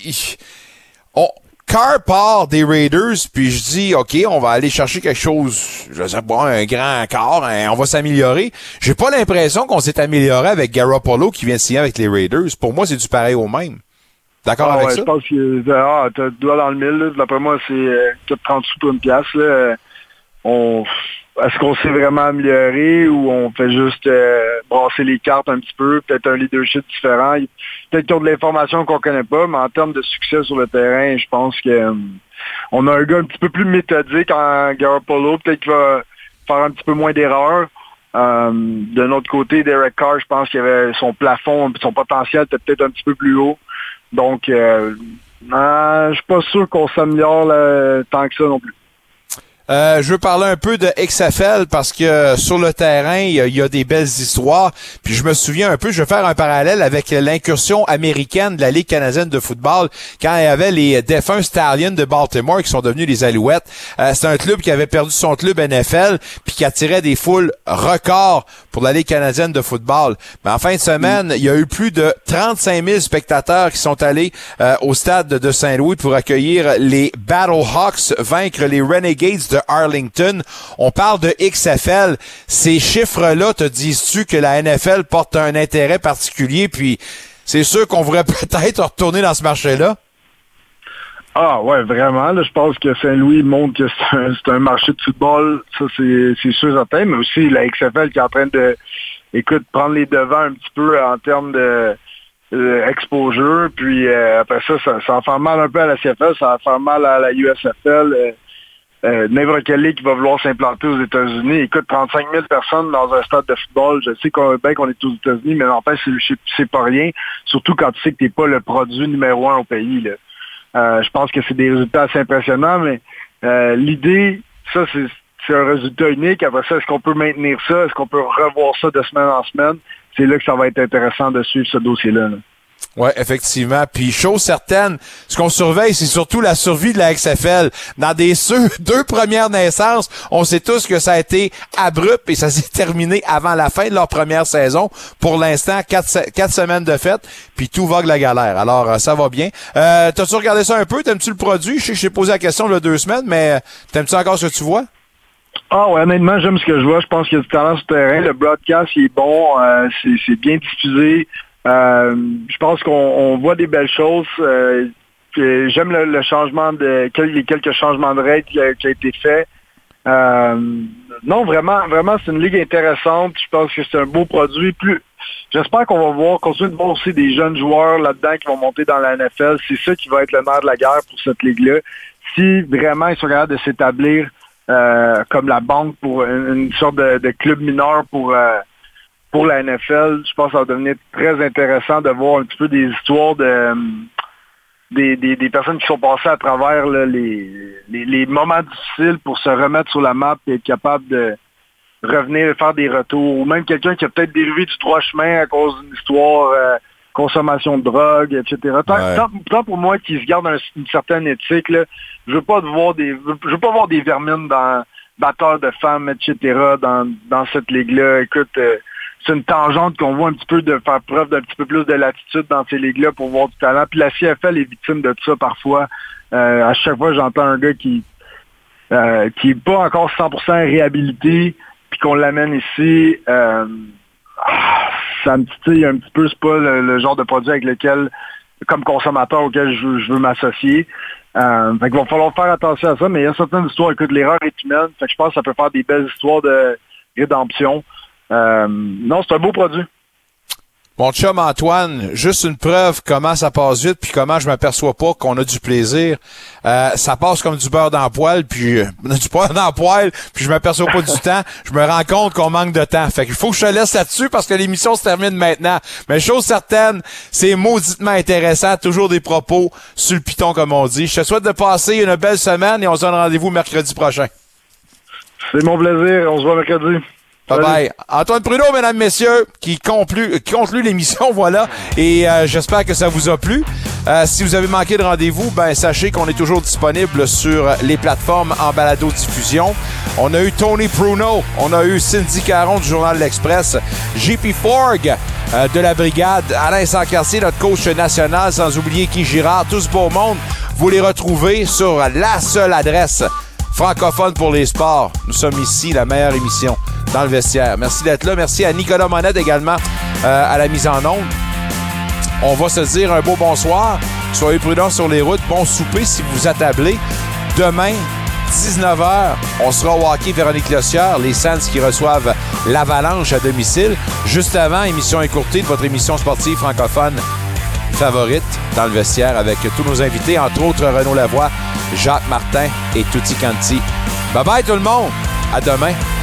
Carr part des Raiders, puis je dis, OK, on va aller chercher quelque chose, je sais pas, un grand Carr, on va s'améliorer. J'ai pas l'impression qu'on s'est amélioré avec Garoppolo qui vient de signer avec les Raiders. Pour moi, c'est du pareil au même. D'accord avec ça? Je pense que t'as le doigt dans le mille. D'après moi, c'est 30 sous pour une pièce. Là. est-ce qu'on s'est vraiment amélioré ou on fait juste brasser les cartes un petit peu, peut-être un leadership différent. Peut-être qu'ils ont de l'information qu'on connaît pas, mais en termes de succès sur le terrain, je pense que on a un gars un petit peu plus méthodique en Garoppolo, peut-être qu'il va faire un petit peu moins d'erreurs. De notre côté, Derek Carr, je pense qu'il avait son plafond, son potentiel était peut-être un petit peu plus haut. Donc, je suis pas sûr qu'on s'améliore tant que ça non plus. Je veux parler un peu de XFL parce que sur le terrain, il y a des belles histoires. Puis je me souviens un peu, je vais faire un parallèle avec l'incursion américaine de la Ligue canadienne de football quand il y avait les défunts Stallions de Baltimore qui sont devenus les Alouettes. C'est un club qui avait perdu son club NFL puis qui attirait des foules records pour la Ligue canadienne de football. Mais en fin de semaine, il y a eu plus de 35 000 spectateurs qui sont allés au stade de Saint-Louis pour accueillir les Battlehawks vaincre les Renegades de Arlington. On parle de XFL. Ces chiffres-là, te dis-tu que la NFL porte un intérêt particulier? Puis c'est sûr qu'on voudrait peut-être retourner dans ce marché-là? Ah ouais, vraiment. Là, je pense que Saint-Louis montre que c'est un marché de football. Ça, c'est sûr certain. Mais aussi la XFL qui est en train de prendre les devants un petit peu en termes de exposure. Puis après ça va faire mal un peu à la CFL, ça va faire mal à la USFL. N'importe quelle ligue qui va vouloir s'implanter aux États-Unis. Écoute, 35 000 personnes dans un stade de football. Je sais qu'on est aux États-Unis, mais en fait, c'est pas rien. Surtout quand tu sais que t'es pas le produit numéro 1 au pays. Là. Je pense que c'est des résultats assez impressionnants, mais l'idée, ça, c'est un résultat unique. Après ça, est-ce qu'on peut maintenir ça? Est-ce qu'on peut revoir ça de semaine en semaine? C'est là que ça va être intéressant de suivre ce dossier-là. Là. Ouais, effectivement. Puis chose certaine, ce qu'on surveille, c'est surtout la survie de la XFL. Dans des deux premières naissances, on sait tous que ça a été abrupt et ça s'est terminé avant la fin de leur première saison. Pour l'instant, 4 semaines de fête, puis tout vogue la galère. Alors, ça va bien. T'as-tu regardé ça un peu? T'aimes-tu le produit? Je sais que j'ai posé la question il y a 2 semaines, mais t'aimes-tu encore ce que tu vois? Ah ouais, honnêtement, j'aime ce que je vois. Je pense qu'il y a du talent sur le terrain. Le broadcast, il est bon. C'est bien diffusé. Je pense qu'on voit des belles choses. J'aime le changement les quelques changements de règles qui a été fait. Non, vraiment, c'est une ligue intéressante. Je pense que c'est un beau produit. J'espère qu'on va continuer de voir aussi des jeunes joueurs là-dedans qui vont monter dans la NFL. C'est ça qui va être le nerf de la guerre pour cette ligue-là. Si vraiment ils sont capables de s'établir comme la banque pour une sorte de club mineur pour la NFL, je pense que ça va devenir très intéressant de voir un petit peu des histoires des personnes qui sont passées à travers là, les moments difficiles pour se remettre sur la map et être capable de revenir et faire des retours. Ou même quelqu'un qui a peut-être dérivé du droit chemin à cause d'une histoire, consommation de drogue, etc. Tant pour moi qui se garde une certaine éthique, là, je veux pas voir des vermines dans batteurs de femmes, etc. dans cette ligue-là. Écoute, c'est une tangente qu'on voit un petit peu de faire preuve d'un petit peu plus de latitude dans ces ligues-là pour voir du talent. Puis la CFL est victime de ça parfois. À chaque fois, j'entends un gars qui est pas encore 100% réhabilité, puis qu'on l'amène ici. Ça me titille un petit peu. C'est pas le genre de produit avec lequel, comme consommateur, auquel je veux m'associer. Fait qu'il va falloir faire attention à ça, mais il y a certaines histoires. Écoute, l'erreur est humaine. Fait que je pense que ça peut faire des belles histoires de rédemption. Non, c'est un beau produit. Mon chum Antoine, juste une preuve comment ça passe vite puis comment je m'aperçois pas qu'on a du plaisir. Ça passe comme du beurre dans le poêle, puis on a du beurre dans le poêle, puis je m'aperçois pas du temps. Je me rends compte qu'on manque de temps. Fait qu'il faut que je te laisse là-dessus parce que l'émission se termine maintenant. Mais chose certaine, c'est mauditement intéressant. Toujours des propos sur le piton, comme on dit. Je te souhaite de passer une belle semaine et on se donne rendez-vous mercredi prochain. C'est mon plaisir. On se voit mercredi. Bye-bye. Antoine Pruneau, mesdames, messieurs, qui conclut l'émission, voilà. Et j'espère que ça vous a plu. Si vous avez manqué de rendez-vous, sachez qu'on est toujours disponible sur les plateformes en balado-diffusion. On a eu Tony Pruneau, on a eu Cindy Caron du Journal L'Express, JP Forg de la Brigade, Alain Sancartier, notre coach national, sans oublier Guy Girard, tout ce beau monde. Vous les retrouvez sur la seule adresse francophone pour les sports. Nous sommes ici, la meilleure émission dans le vestiaire. Merci d'être là. Merci à Nicolas Monette également à la mise en onde. On va se dire un beau bonsoir. Soyez prudents sur les routes. Bon souper si vous attablez. Demain, 19h, on sera au hockey Véronique Lossière, les Sands qui reçoivent l'Avalanche à domicile. Juste avant, émission écourtée de votre émission sportive francophone favorite dans le vestiaire avec tous nos invités, entre autres Renaud Lavoie, Jacques Martin et Tutti Canti. Bye bye tout le monde! À demain!